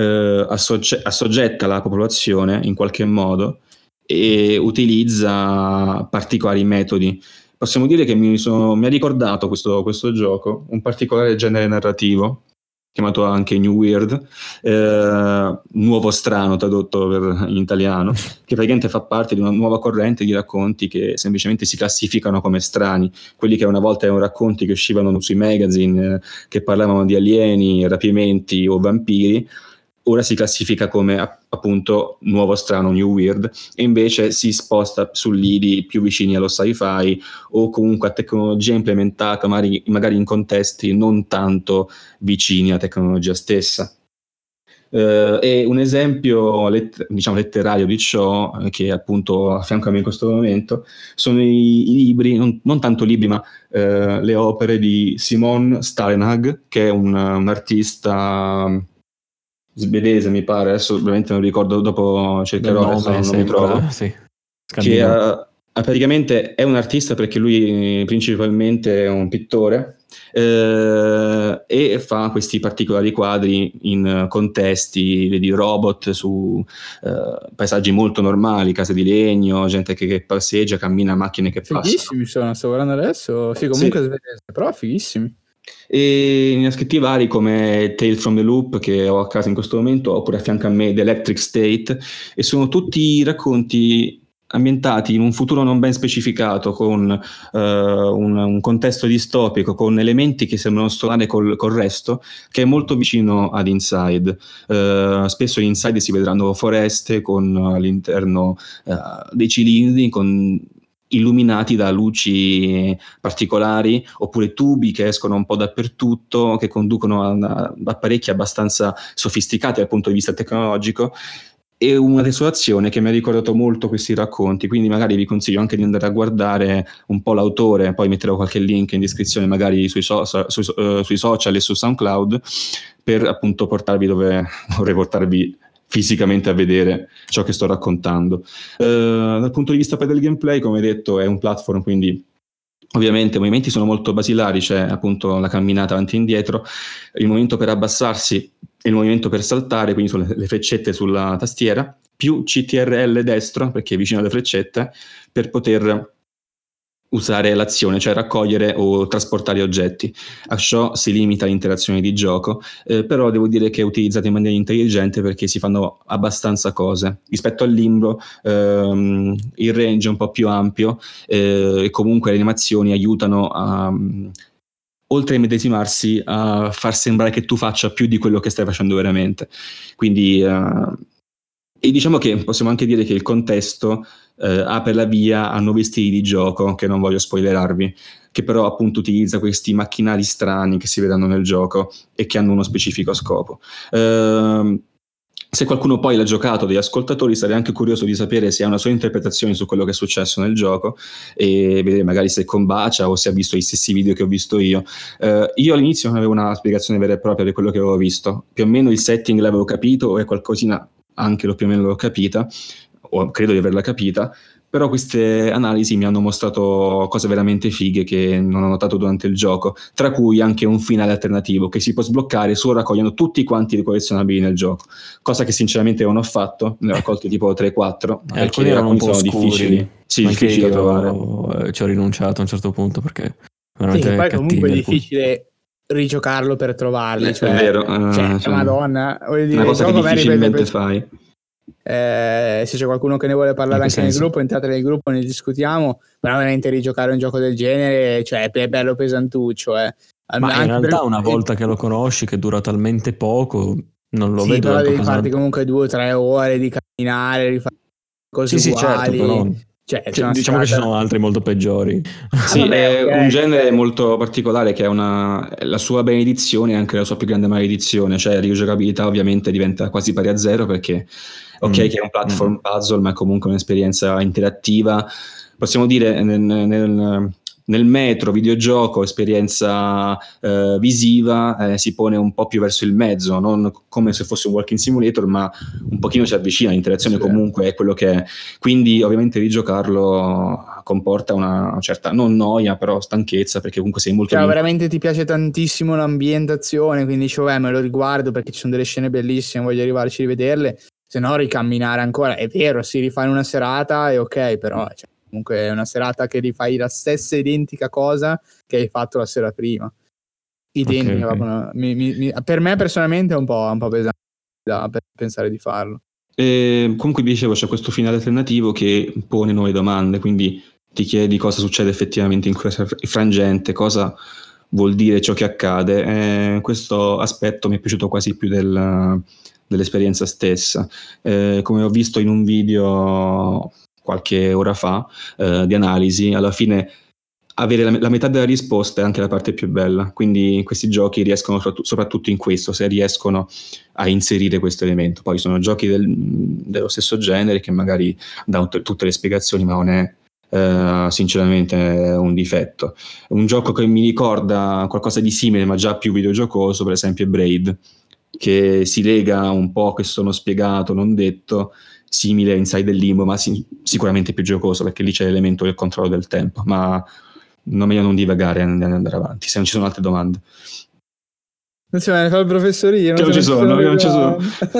Speaker 3: assoggetta la popolazione in qualche modo e utilizza particolari metodi. Possiamo dire che mi ha ricordato questo gioco un particolare genere narrativo, chiamato anche New Weird, nuovo strano tradotto in italiano, che praticamente fa parte di una nuova corrente di racconti che semplicemente si classificano come strani. Quelli che una volta erano racconti che uscivano sui magazine, che parlavano di alieni, rapimenti o vampiri, ora si classifica come appunto nuovo strano, New Weird, e invece si sposta su lidi più vicini allo sci-fi o comunque a tecnologia implementata magari in contesti non tanto vicini alla tecnologia stessa. E un esempio letterario di ciò, che appunto a fianco a me in questo momento, sono i libri, non tanto libri, ma le opere di Simon Stalenhag, che è un artista svedese, mi pare, adesso ovviamente non ricordo, dopo cercherò, adesso non mi trovo,
Speaker 4: sì.
Speaker 3: che praticamente è un artista perché lui principalmente è un pittore, e fa questi particolari quadri in contesti, vedi, robot su paesaggi molto normali, case di legno, gente che passeggia, cammina, macchine che
Speaker 2: fighissimi
Speaker 3: passano.
Speaker 2: sto guardando adesso, sì, comunque svedese, però fighissimi.
Speaker 3: E ne ho scritti vari come Tales from the Loop, che ho a casa in questo momento, oppure a fianco a me The Electric State, e sono tutti racconti ambientati in un futuro non ben specificato, con un contesto distopico, con elementi che sembrano suonare col resto, che è molto vicino ad Inside. Spesso in Inside si vedranno foreste con all'interno dei cilindri, con illuminati da luci particolari, oppure tubi che escono un po' dappertutto, che conducono a apparecchi abbastanza sofisticati dal punto di vista tecnologico. È una desolazione che mi ha ricordato molto questi racconti, quindi magari vi consiglio anche di andare a guardare un po' l'autore, poi metterò qualche link in descrizione magari sui social e su SoundCloud, per appunto portarvi dove vorrei portarvi fisicamente a vedere ciò che sto raccontando. Dal punto di vista poi del gameplay, come detto, è un platform, quindi ovviamente i movimenti sono molto basilari, c'è appunto la camminata avanti e indietro, il movimento per abbassarsi e il movimento per saltare, quindi sono le freccette sulla tastiera, più CTRL destro, perché è vicino alle freccette, per poter usare l'azione, cioè raccogliere o trasportare oggetti. A ciò si limita l'interazione di gioco, però devo dire che è utilizzata in maniera intelligente, perché si fanno abbastanza cose. Rispetto al Limbo il range è un po' più ampio, e comunque le animazioni aiutano a, oltre a medesimarsi, a far sembrare che tu faccia più di quello che stai facendo veramente. Quindi e diciamo che possiamo anche dire che il contesto apre la via a nuovi stili di gioco che non voglio spoilerarvi, che però appunto utilizza questi macchinari strani che si vedranno nel gioco e che hanno uno specifico scopo. Se qualcuno poi l'ha giocato degli ascoltatori, sarei anche curioso di sapere se ha una sua interpretazione su quello che è successo nel gioco e vedere magari se combacia o se ha visto gli stessi video che ho visto io. Io all'inizio non avevo una spiegazione vera e propria di quello che avevo visto, più o meno il setting l'avevo capito e qualcosina anche più o meno l'ho capita, o credo di averla capita, però queste analisi mi hanno mostrato cose veramente fighe che non ho notato durante il gioco, tra cui anche un finale alternativo che si può sbloccare solo raccogliendo tutti quanti i collezionabili nel gioco, cosa che sinceramente non ho fatto, ne ho raccolti tipo 3-4,
Speaker 4: alcuni erano un po'
Speaker 3: difficili. Sì, difficili da trovare.
Speaker 4: Ci ho rinunciato a un certo punto perché
Speaker 2: veramente sì, poi comunque è difficile rigiocarlo per trovarli, cioè,
Speaker 3: è vero,
Speaker 2: madonna, voglio dire,
Speaker 3: una cosa che difficilmente fai.
Speaker 2: Se c'è qualcuno che ne vuole parlare anche nel gruppo, entrate nel gruppo, ne discutiamo, però veramente rigiocare un gioco del genere, cioè è bello pesantuccio,
Speaker 4: ma in realtà una volta che lo conosci, che dura talmente poco, non lo vedo
Speaker 2: però devi farti comunque 2 o 3 ore di camminare, rifare cose uguali.
Speaker 4: Certo, però diciamo che ci sono altri molto peggiori.
Speaker 3: Sì, è un genere molto particolare che ha la sua benedizione e anche la sua più grande maledizione, cioè la rigiocabilità ovviamente diventa quasi pari a zero perché che è un platform puzzle, ma è comunque un'esperienza interattiva, possiamo dire nel metro videogioco esperienza visiva si pone un po' più verso il mezzo, non come se fosse un walking simulator, ma un pochino si avvicina, l'interazione comunque è quello che è, quindi ovviamente rigiocarlo comporta una certa, non noia, però stanchezza, perché comunque sei molto
Speaker 2: veramente ti piace tantissimo l'ambientazione, quindi dici me lo riguardo perché ci sono delle scene bellissime, voglio arrivarci a rivederle, se no ricamminare ancora, è vero, si rifà in una serata è ok, però comunque è una serata che rifai la stessa identica cosa che hai fatto la sera prima, identica. Okay. Per me personalmente è un po' pesante per pensare di farlo.
Speaker 3: Comunque dicevo, c'è questo finale alternativo che pone nuove domande, quindi ti chiedi cosa succede effettivamente in quel frangente, cosa vuol dire ciò che accade. Questo aspetto mi è piaciuto quasi più dell'esperienza stessa. Come ho visto in un video qualche ora fa di analisi, alla fine avere la metà della risposta è anche la parte più bella, quindi questi giochi riescono soprattutto in questo, se riescono a inserire questo elemento. Poi sono giochi dello stesso genere che magari danno tutte le spiegazioni, ma non è sinceramente un difetto. Un gioco che mi ricorda qualcosa di simile ma già più videogiocoso, per esempio, è Braid, che si lega un po' che sono spiegato, non detto, simile a Inside the Limbo, ma sicuramente più giocoso perché lì c'è l'elemento del controllo del tempo, ma meglio non divagare e andare avanti, se non ci sono altre domande.
Speaker 2: Attenzione, fa il professorino.
Speaker 3: Che non ci sono.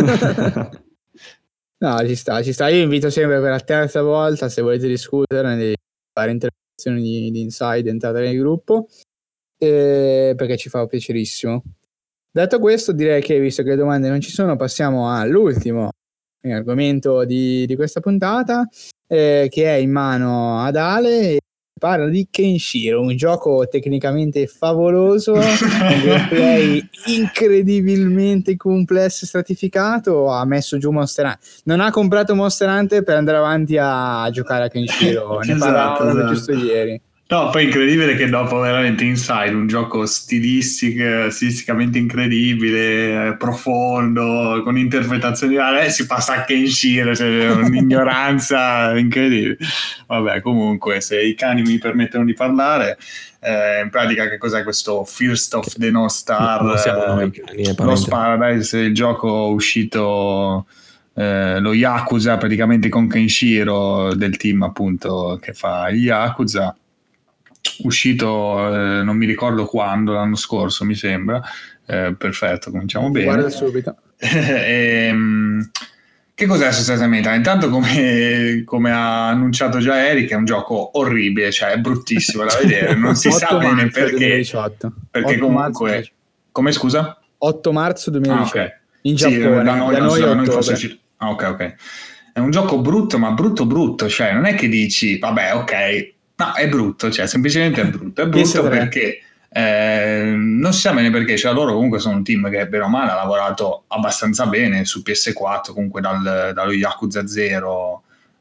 Speaker 2: No, ci sta. Io invito sempre per la terza volta, se volete discutere, di fare interazioni di Inside, entrate nel gruppo, perché ci fa piacerissimo. Detto questo, direi che, visto che le domande non ci sono, passiamo all'ultimo argomento di questa puntata, che è in mano ad Ale. Parla di Kenshiro, un gioco tecnicamente favoloso, un gameplay incredibilmente complesso e stratificato. Ha messo giù Monster Hunter, non ha comprato Monster Hunter per andare avanti a giocare a Kenshiro. Ne parlavamo giusto ieri.
Speaker 1: No, poi incredibile che dopo veramente Inside, un gioco stilisticamente incredibile, profondo, con interpretazioni varie, si passa a Kenshiro, cioè un'ignoranza incredibile. Vabbè, comunque, se i cani mi permettono di parlare, in pratica che cos'è questo First of the No Star?
Speaker 4: Non siamo noi cani,
Speaker 1: Lost Paradise, il gioco uscito... lo Yakuza praticamente con Kenshiro del team appunto che fa il Yakuza, uscito non mi ricordo quando, l'anno scorso mi sembra. Perfetto, cominciamo bene.
Speaker 2: Guarda subito.
Speaker 1: Che cos'è sostanzialmente? Intanto come ha annunciato già Eric, è un gioco orribile, cioè è bruttissimo da vedere, non si sa bene perché
Speaker 2: 2018.
Speaker 1: Perché comunque come scusa?
Speaker 2: 8 marzo 2018
Speaker 1: okay.
Speaker 2: In Giappone,
Speaker 1: sì, da noi
Speaker 2: ottobre.
Speaker 1: Ok. È un gioco brutto, ma brutto, cioè non è che dici vabbè, ok, no, è brutto, cioè semplicemente è brutto perché non si sa bene perché, cioè loro comunque sono un team che bene o male ha lavorato abbastanza bene su PS4, comunque dallo Yakuza 0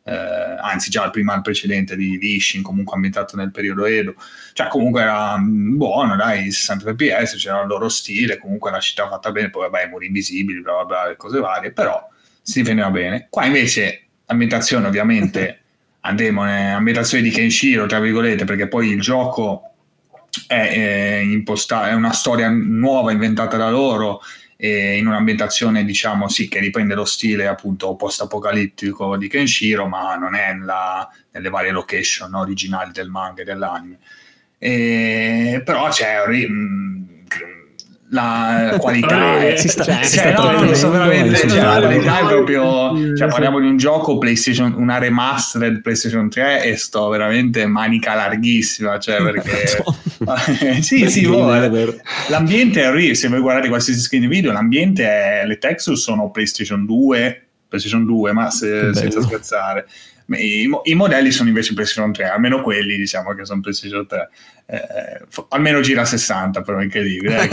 Speaker 1: anzi già prima il precedente di Ishin, comunque ambientato nel periodo Edo, cioè comunque era buono, dai, 60 fps, c'era il loro stile, comunque la città fatta bene, poi vabbè i muri invisibili, bla bla bla, cose varie, però si difendeva bene. Qua invece ambientazione ovviamente ambientazione di Kenshiro, tra virgolette, perché poi il gioco è una storia nuova inventata da loro, in un'ambientazione diciamo sì che riprende lo stile appunto post-apocalittico di Kenshiro, ma non è nelle varie location originali del manga e dell'anime, però c'è la qualità la qualità è proprio, cioè parliamo di un gioco PlayStation, una remastered PlayStation 3 e sto veramente manica larghissima, cioè perché l'ambiente è orribile, se voi guardate qualsiasi screen di video l'ambiente le texture sono PlayStation 2 ma senza scherzare. I modelli sono invece PlayStation 3, almeno quelli diciamo che sono PlayStation 3, almeno gira a 60 però è incredibile,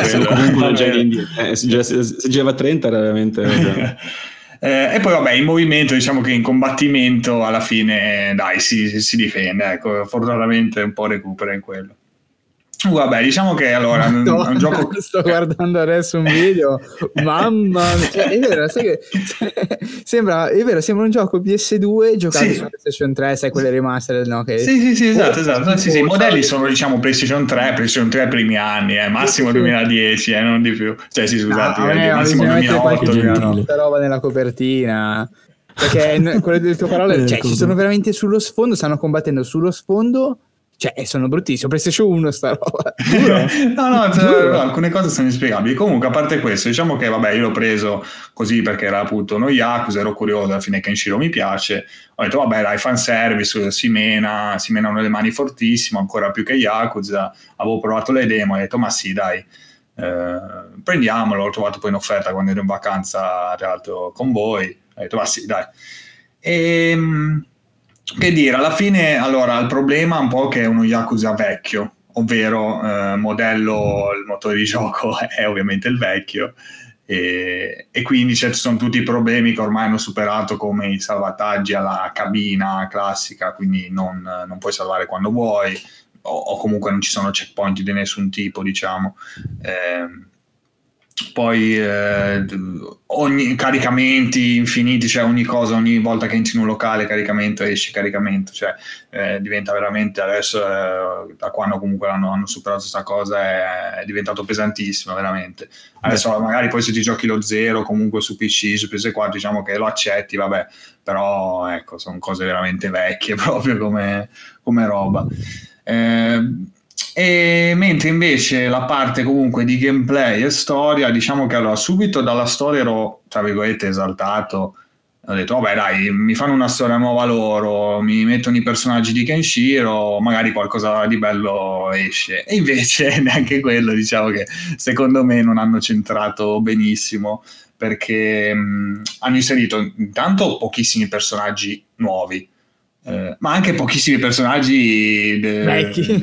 Speaker 3: se girava a 30 era veramente
Speaker 1: e poi vabbè in movimento diciamo che in combattimento alla fine dai si difende, ecco, fortunatamente un po' recupera in quello. Vabbè, diciamo che allora è un gioco.
Speaker 2: Sto guardando adesso un video, mamma mia, cioè, è vero, sai che sembra un gioco PS2 giocato su PlayStation 3, sai quelle remastered, no? Che...
Speaker 1: Sì, esatto. I modelli sono diciamo PlayStation 3 primi anni, massimo 2010, non di più. Cioè sì, scusate, massimo 2008, 2009.
Speaker 2: Questa roba nella copertina. Perché quelle delle tue parole, cioè, ci sono veramente sullo sfondo, stanno combattendo sullo sfondo. Cioè, sono bruttissimo. PlayStation 1 sta roba.
Speaker 1: No, alcune cose sono inspiegabili. Comunque, a parte questo, diciamo che vabbè, io l'ho preso così perché era appunto uno Yakuza, ero curioso, alla fine Kenshiro mi piace. Ho detto, vabbè, dai, fanservice, si menano le mani fortissimo, ancora più che Yakuza. Avevo provato le demo, ho detto, ma sì, dai, prendiamolo. L'ho trovato poi in offerta quando ero in vacanza, tra l'altro, con voi. Ho detto, ma sì, dai. Che dire, alla fine allora il problema è un po' che è uno Yakuza vecchio, ovvero modello, il motore di gioco è ovviamente il vecchio e quindi ci sono tutti i problemi che ormai hanno superato, come i salvataggi alla cabina classica, quindi non puoi salvare quando vuoi o comunque non ci sono checkpoint di nessun tipo, diciamo. Poi ogni caricamenti infiniti, cioè ogni cosa, ogni volta che entri in un locale caricamento, esci caricamento, cioè diventa veramente adesso da quando comunque hanno superato questa cosa è diventato pesantissimo veramente. Adesso magari poi se ti giochi lo 0 comunque su PC, su PS4 diciamo che lo accetti, vabbè, però ecco sono cose veramente vecchie proprio come roba. E mentre invece la parte comunque di gameplay e storia, diciamo che allora subito dalla storia ero tra virgolette esaltato, ho detto vabbè dai, mi fanno una storia nuova loro, mi mettono i personaggi di Kenshiro, magari qualcosa di bello esce, e invece neanche quello, diciamo che secondo me non hanno centrato benissimo, perché hanno inserito intanto pochissimi personaggi nuovi, ma anche pochissimi personaggi
Speaker 2: vecchi,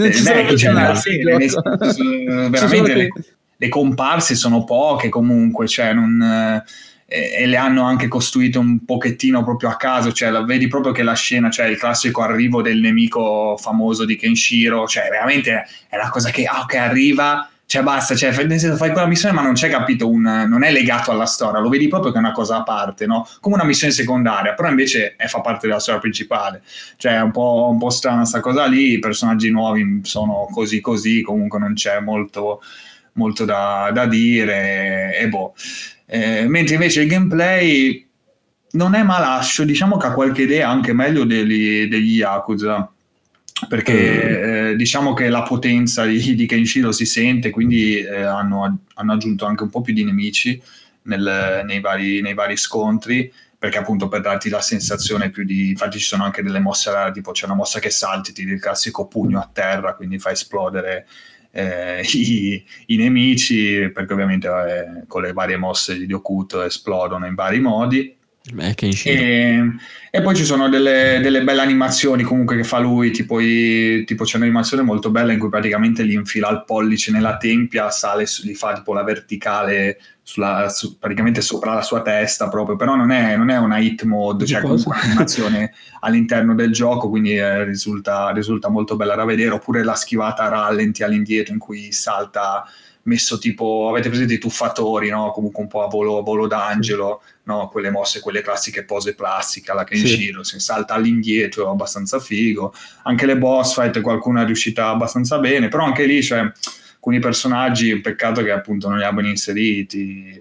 Speaker 1: veramente le comparse sono poche comunque, cioè e le hanno anche costruite un pochettino proprio a caso, cioè vedi proprio che la scena, cioè il classico arrivo del nemico famoso di Kenshiro, cioè veramente è la cosa che ok arriva, cioè basta, cioè fai quella missione ma non c'è, capito, non è legato alla storia, lo vedi proprio che è una cosa a parte, no? Come una missione secondaria, però invece fa parte della storia principale, cioè è un po' strana sta cosa lì, i personaggi nuovi sono così, comunque non c'è molto da dire e boh. Mentre invece il gameplay non è malascio, diciamo che ha qualche idea anche meglio degli Yakuza, perché diciamo che la potenza di Kenshiro si sente, quindi hanno aggiunto anche un po' più di nemici nei vari scontri, perché appunto per darti la sensazione più di, infatti ci sono anche delle mosse tipo c'è una mossa che salti, ti il classico pugno a terra, quindi fa esplodere i nemici, perché ovviamente con le varie mosse di Ryokuto esplodono in vari modi. E poi ci sono delle belle animazioni comunque che fa lui, tipo c'è un'animazione molto bella in cui praticamente gli infila il pollice nella tempia, gli fa tipo la verticale praticamente sopra la sua testa proprio, però non è una hit mode, cioè comunque un'animazione all'interno del gioco, quindi risulta molto bella da vedere. Oppure la schivata a rallenti all'indietro in cui salta messo tipo, avete presente i tuffatori, no? Comunque un po' a volo d'angelo, no? Quelle mosse, quelle classiche pose plastica, la Kenshiro, si salta all'indietro, abbastanza figo. Anche le boss fight qualcuna è riuscita abbastanza bene, però anche lì c'è alcuni personaggi, un peccato che appunto non li abbiano inseriti,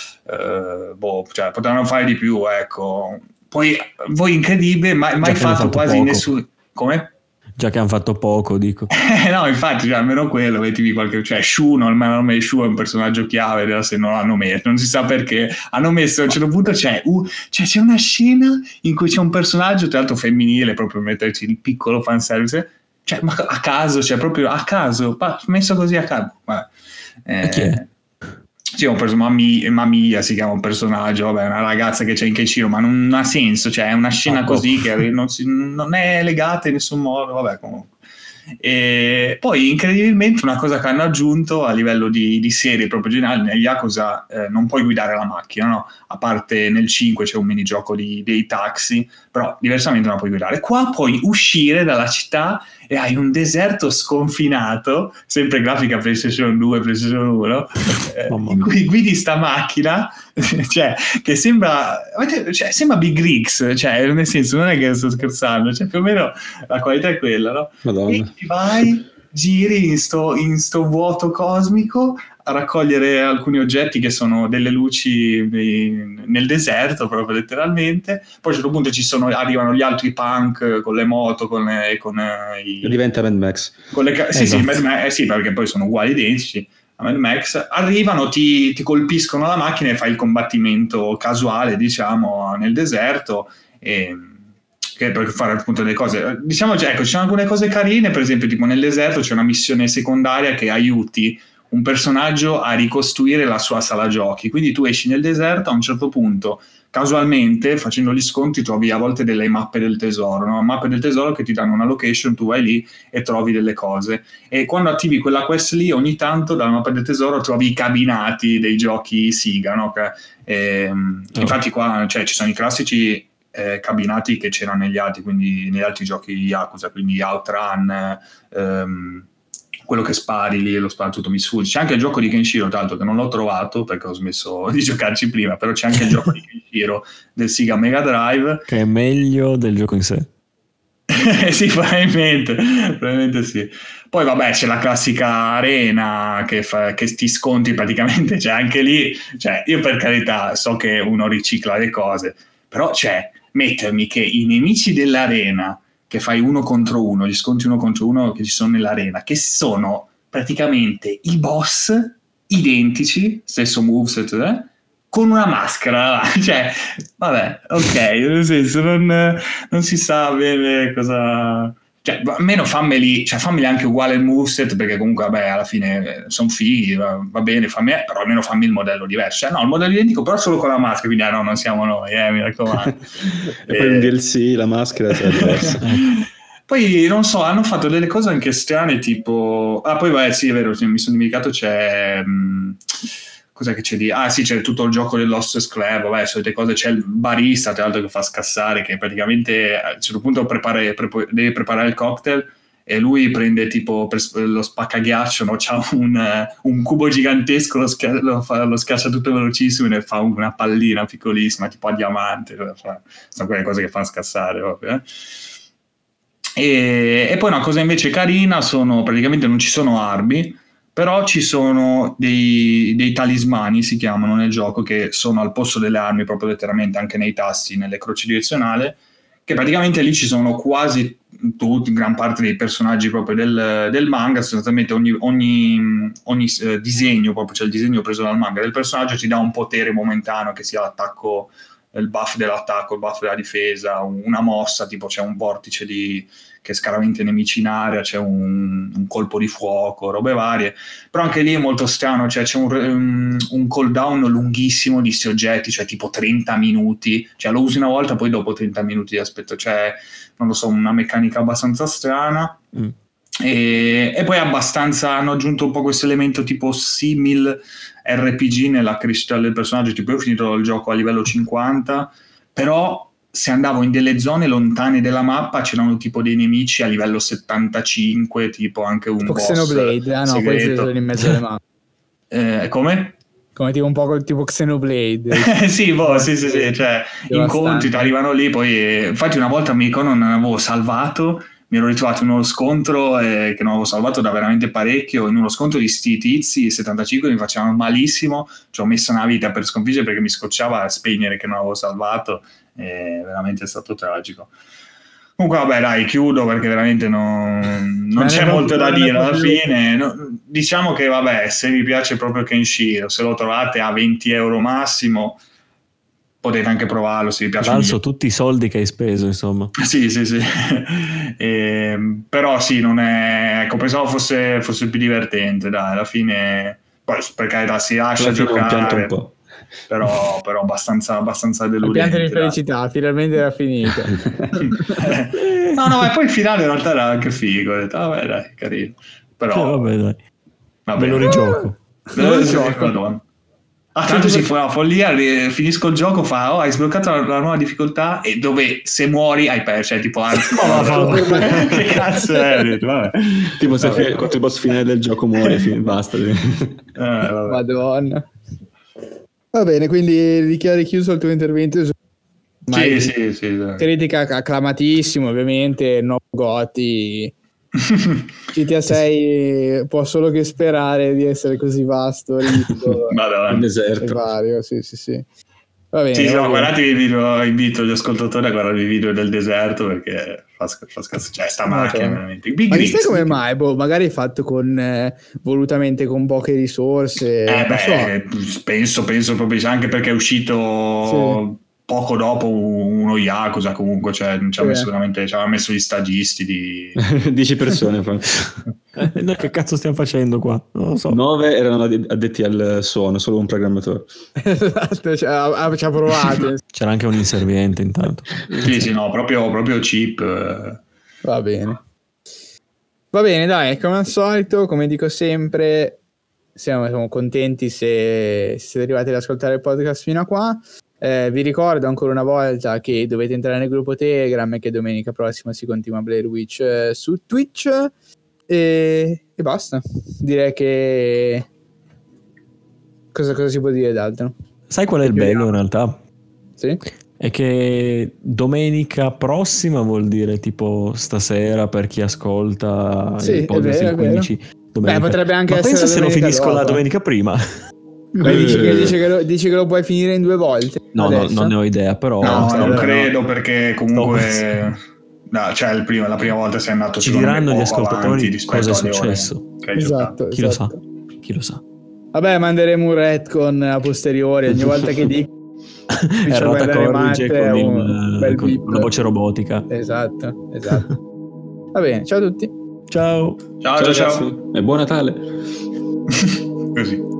Speaker 1: cioè potevano fare di più, ecco. Poi voi incredibile, mai fatto quasi nessuno. Come?
Speaker 4: Già che hanno fatto poco, dico.
Speaker 1: No, infatti, cioè, almeno quello, mettimi cioè Shu, il nome di Shu è un personaggio chiave, se non l'hanno messo, non si sa perché. Hanno messo, a un certo punto c'è una scena in cui c'è un personaggio, tra l'altro femminile, proprio metterci il piccolo fanservice, cioè, ma a caso, cioè proprio a caso, messo così a caso.
Speaker 4: Chi è?
Speaker 1: Sì, ho preso Mamiya, si chiama un personaggio, vabbè, una ragazza che c'è in Kenshiro, ma non ha senso, cioè è una scena così che non è legata in nessun modo, vabbè, comunque. E poi incredibilmente una cosa che hanno aggiunto a livello di serie proprio generale, nel Yakuza non puoi guidare la macchina, no? A parte nel 5 c'è un minigioco dei taxi, però diversamente non la puoi guidare. Qua puoi uscire dalla città e hai un deserto sconfinato, sempre grafica PlayStation 2, PlayStation 1, in cui guidi sta macchina, cioè, che sembra Big Rigs, cioè, nel senso, non è che sto scherzando, cioè, più o meno la qualità è quella, no?
Speaker 3: Madonna.
Speaker 1: E ti vai, giri in sto vuoto cosmico a raccogliere alcuni oggetti che sono delle luci nel deserto, proprio letteralmente. Poi a un certo punto arrivano gli altri punk con le moto,
Speaker 3: e diventa Mad Max.
Speaker 1: Sì, perché poi sono uguali, identici a Mad Max. Arrivano, ti colpiscono la macchina e fai il combattimento casuale, diciamo, nel deserto, per fare appunto delle cose. Diciamo, ecco, ci sono alcune cose carine, per esempio, tipo nel deserto c'è una missione secondaria che aiuti un personaggio a ricostruire la sua sala giochi, quindi tu esci nel deserto, a un certo punto casualmente facendo gli sconti trovi a volte delle mappe del tesoro, no? Mappe del tesoro che ti danno una location, tu vai lì e trovi delle cose, e quando attivi quella quest lì ogni tanto dalla mappa del tesoro trovi i cabinati dei giochi Sega, no? Infatti qua ci sono i classici cabinati che c'erano negli altri giochi Yakuza, quindi Outrun, quello che spari lì, lo spara tutto mi sfugge. C'è anche il gioco di Kenshiro, tra l'altro, che non l'ho trovato perché ho smesso di giocarci prima, però c'è anche il gioco di Kenshiro del Sega Mega Drive,
Speaker 4: che è meglio del gioco in sé.
Speaker 1: Sì, probabilmente sì. Poi vabbè, c'è la classica arena che ti sconti praticamente, c'è anche lì, cioè io per carità so che uno ricicla le cose, però mettermi che i nemici dell'arena che fai 1 contro 1, gli scontri 1 contro 1 che ci sono nell'arena, che sono praticamente i boss identici, stesso moveset, con una maschera, cioè, vabbè, ok, nel senso non si sa bene cosa... Cioè, almeno fammeli anche uguale il moveset, perché comunque, vabbè, alla fine sono fighi, va bene, però almeno fammi il modello diverso. Cioè, no, il modello identico, però solo con la maschera, quindi no, non siamo noi, mi raccomando.
Speaker 3: E poi un DLC, la maschera sarà diversa.
Speaker 1: Poi, non so, hanno fatto delle cose anche strane, tipo... Ah, poi, vabbè, sì, è vero, mi sono dimenticato, c'è... Cos'è che c'è lì? Ah sì, c'è tutto il gioco dell'Hostess Club, vabbè, solite cose, c'è il barista, tra l'altro, che fa scassare, che praticamente a un certo punto deve preparare il cocktail e lui prende tipo lo spaccaghiaccio, no? C'ha un cubo gigantesco, lo schiaccia tutto velocissimo e ne fa una pallina piccolissima, tipo a diamante, sono quelle cose che fanno scassare proprio, E poi una cosa invece carina sono, praticamente non ci sono armi, però ci sono dei talismani, si chiamano nel gioco, che sono al posto delle armi, proprio letteralmente anche nei tasti, nelle croci direzionali, che praticamente lì ci sono quasi tutti, gran parte dei personaggi proprio del manga, sostanzialmente ogni disegno, proprio c'è il disegno preso dal manga del personaggio, ti dà un potere momentaneo, che sia l'attacco, il buff dell'attacco, il buff della difesa, una mossa, tipo c'è un vortice che scaraventa i nemici in area, c'è un colpo di fuoco, robe varie, però anche lì è molto strano, cioè c'è un cooldown lunghissimo di sti oggetti, cioè tipo 30 minuti, cioè lo usi una volta poi dopo 30 minuti di aspetto, cioè non lo so, una meccanica abbastanza strana. E poi abbastanza hanno aggiunto un po' questo elemento tipo simil RPG nella crescita del personaggio, tipo io ho finito il gioco a livello 50, però se andavo in delle zone lontane della mappa c'erano tipo dei nemici a livello 75, tipo anche un boss
Speaker 2: Xenoblade, no, poi sono in mezzo alle mappe.
Speaker 1: Come?
Speaker 2: Come tipo un po' col tipo Xenoblade.
Speaker 1: sì, cioè incontri, ti arrivano lì, poi infatti una volta mi ricordo non avevo salvato, mi ero ritrovato in uno scontro che non avevo salvato da veramente parecchio, in uno scontro di sti tizi 75 mi facevano malissimo, ci ho messo una vita per sconfiggere perché mi scocciava a spegnere che non avevo salvato, veramente è stato tragico. Comunque vabbè dai, chiudo perché veramente non c'è molto da dire alla fine. Diciamo che vabbè, se vi piace proprio Kenshiro, se lo trovate a 20 euro massimo potete anche provarlo se vi piace.
Speaker 4: Valso tutti i soldi che hai speso, insomma.
Speaker 1: Sì. Però sì, non è, ecco, pensavo fosse più divertente, dai, alla fine poi per carità si lascia giocare un po'. Però abbastanza deludente.
Speaker 2: Piante di felicità, finalmente era finita.
Speaker 1: no, e poi il finale in realtà era anche figo, ho detto vabbè dai, carino. Però
Speaker 4: vabbè dai. Me lo rigioco.
Speaker 1: Madonna. Tanto si fa la follia, finisco il gioco, hai sbloccato la nuova difficoltà e dove se muori hai perso, cioè tipo che cazzo è? Vabbè.
Speaker 3: Tipo se contro il boss finale del gioco muori, basta.
Speaker 2: Madonna. Va bene, quindi dichiari chiuso il tuo intervento.
Speaker 1: Sì.
Speaker 2: Critica acclamatissimo, ovviamente, no Goti. GTA 6 può solo che sperare di essere così vasto, ricco,
Speaker 3: il deserto.
Speaker 2: Vario, sì. Va bene.
Speaker 1: Sì, guardate i video, invito gli ascoltatori a guardare i video del deserto perché fa scazzo, cioè sta macchina veramente.
Speaker 2: Ma sai come mai? Magari fatto volutamente con poche risorse.
Speaker 1: Penso proprio anche perché è uscito poco dopo uno Yakuza, comunque, cioè ci aveva messo gli stagisti di
Speaker 3: 10 persone.
Speaker 4: Noi che cazzo stiamo facendo qua? Non lo so.
Speaker 3: 9 erano addetti al suono, solo un programmatore.
Speaker 2: Esatto, ci ha provato.
Speaker 4: C'era anche un inserviente intanto.
Speaker 1: Sì, no, proprio cheap.
Speaker 2: Va bene, dai, come al solito, come dico sempre, siamo contenti se siete arrivati ad ascoltare il podcast fino a qua. Vi ricordo ancora una volta che dovete entrare nel gruppo Telegram e che domenica prossima si continua Blair Witch su Twitch e basta. Direi che cosa si può dire d'altro?
Speaker 4: Sai qual è il bello in realtà?
Speaker 2: Sì?
Speaker 4: È che domenica prossima vuol dire tipo stasera per chi ascolta il podcast il 15 domenica.
Speaker 2: Potrebbe anche
Speaker 4: ma
Speaker 2: essere
Speaker 4: pensa se lo finisco
Speaker 2: dopo.
Speaker 4: La domenica prima.
Speaker 2: Dici che lo puoi finire in 2 volte?
Speaker 4: No, non ne ho idea, però
Speaker 1: non credo perché comunque cioè la prima volta sei andato,
Speaker 4: ci diranno gli ascoltatori cosa è successo.
Speaker 2: Esatto.
Speaker 4: Chi lo sa.
Speaker 2: Vabbè, manderemo un retcon a posteriori ogni volta che dico
Speaker 4: Errata corrige con una voce robotica.
Speaker 2: Esatto. Va bene, ciao a tutti.
Speaker 4: Ciao.
Speaker 1: Ciao.
Speaker 3: E buon Natale.
Speaker 1: Così.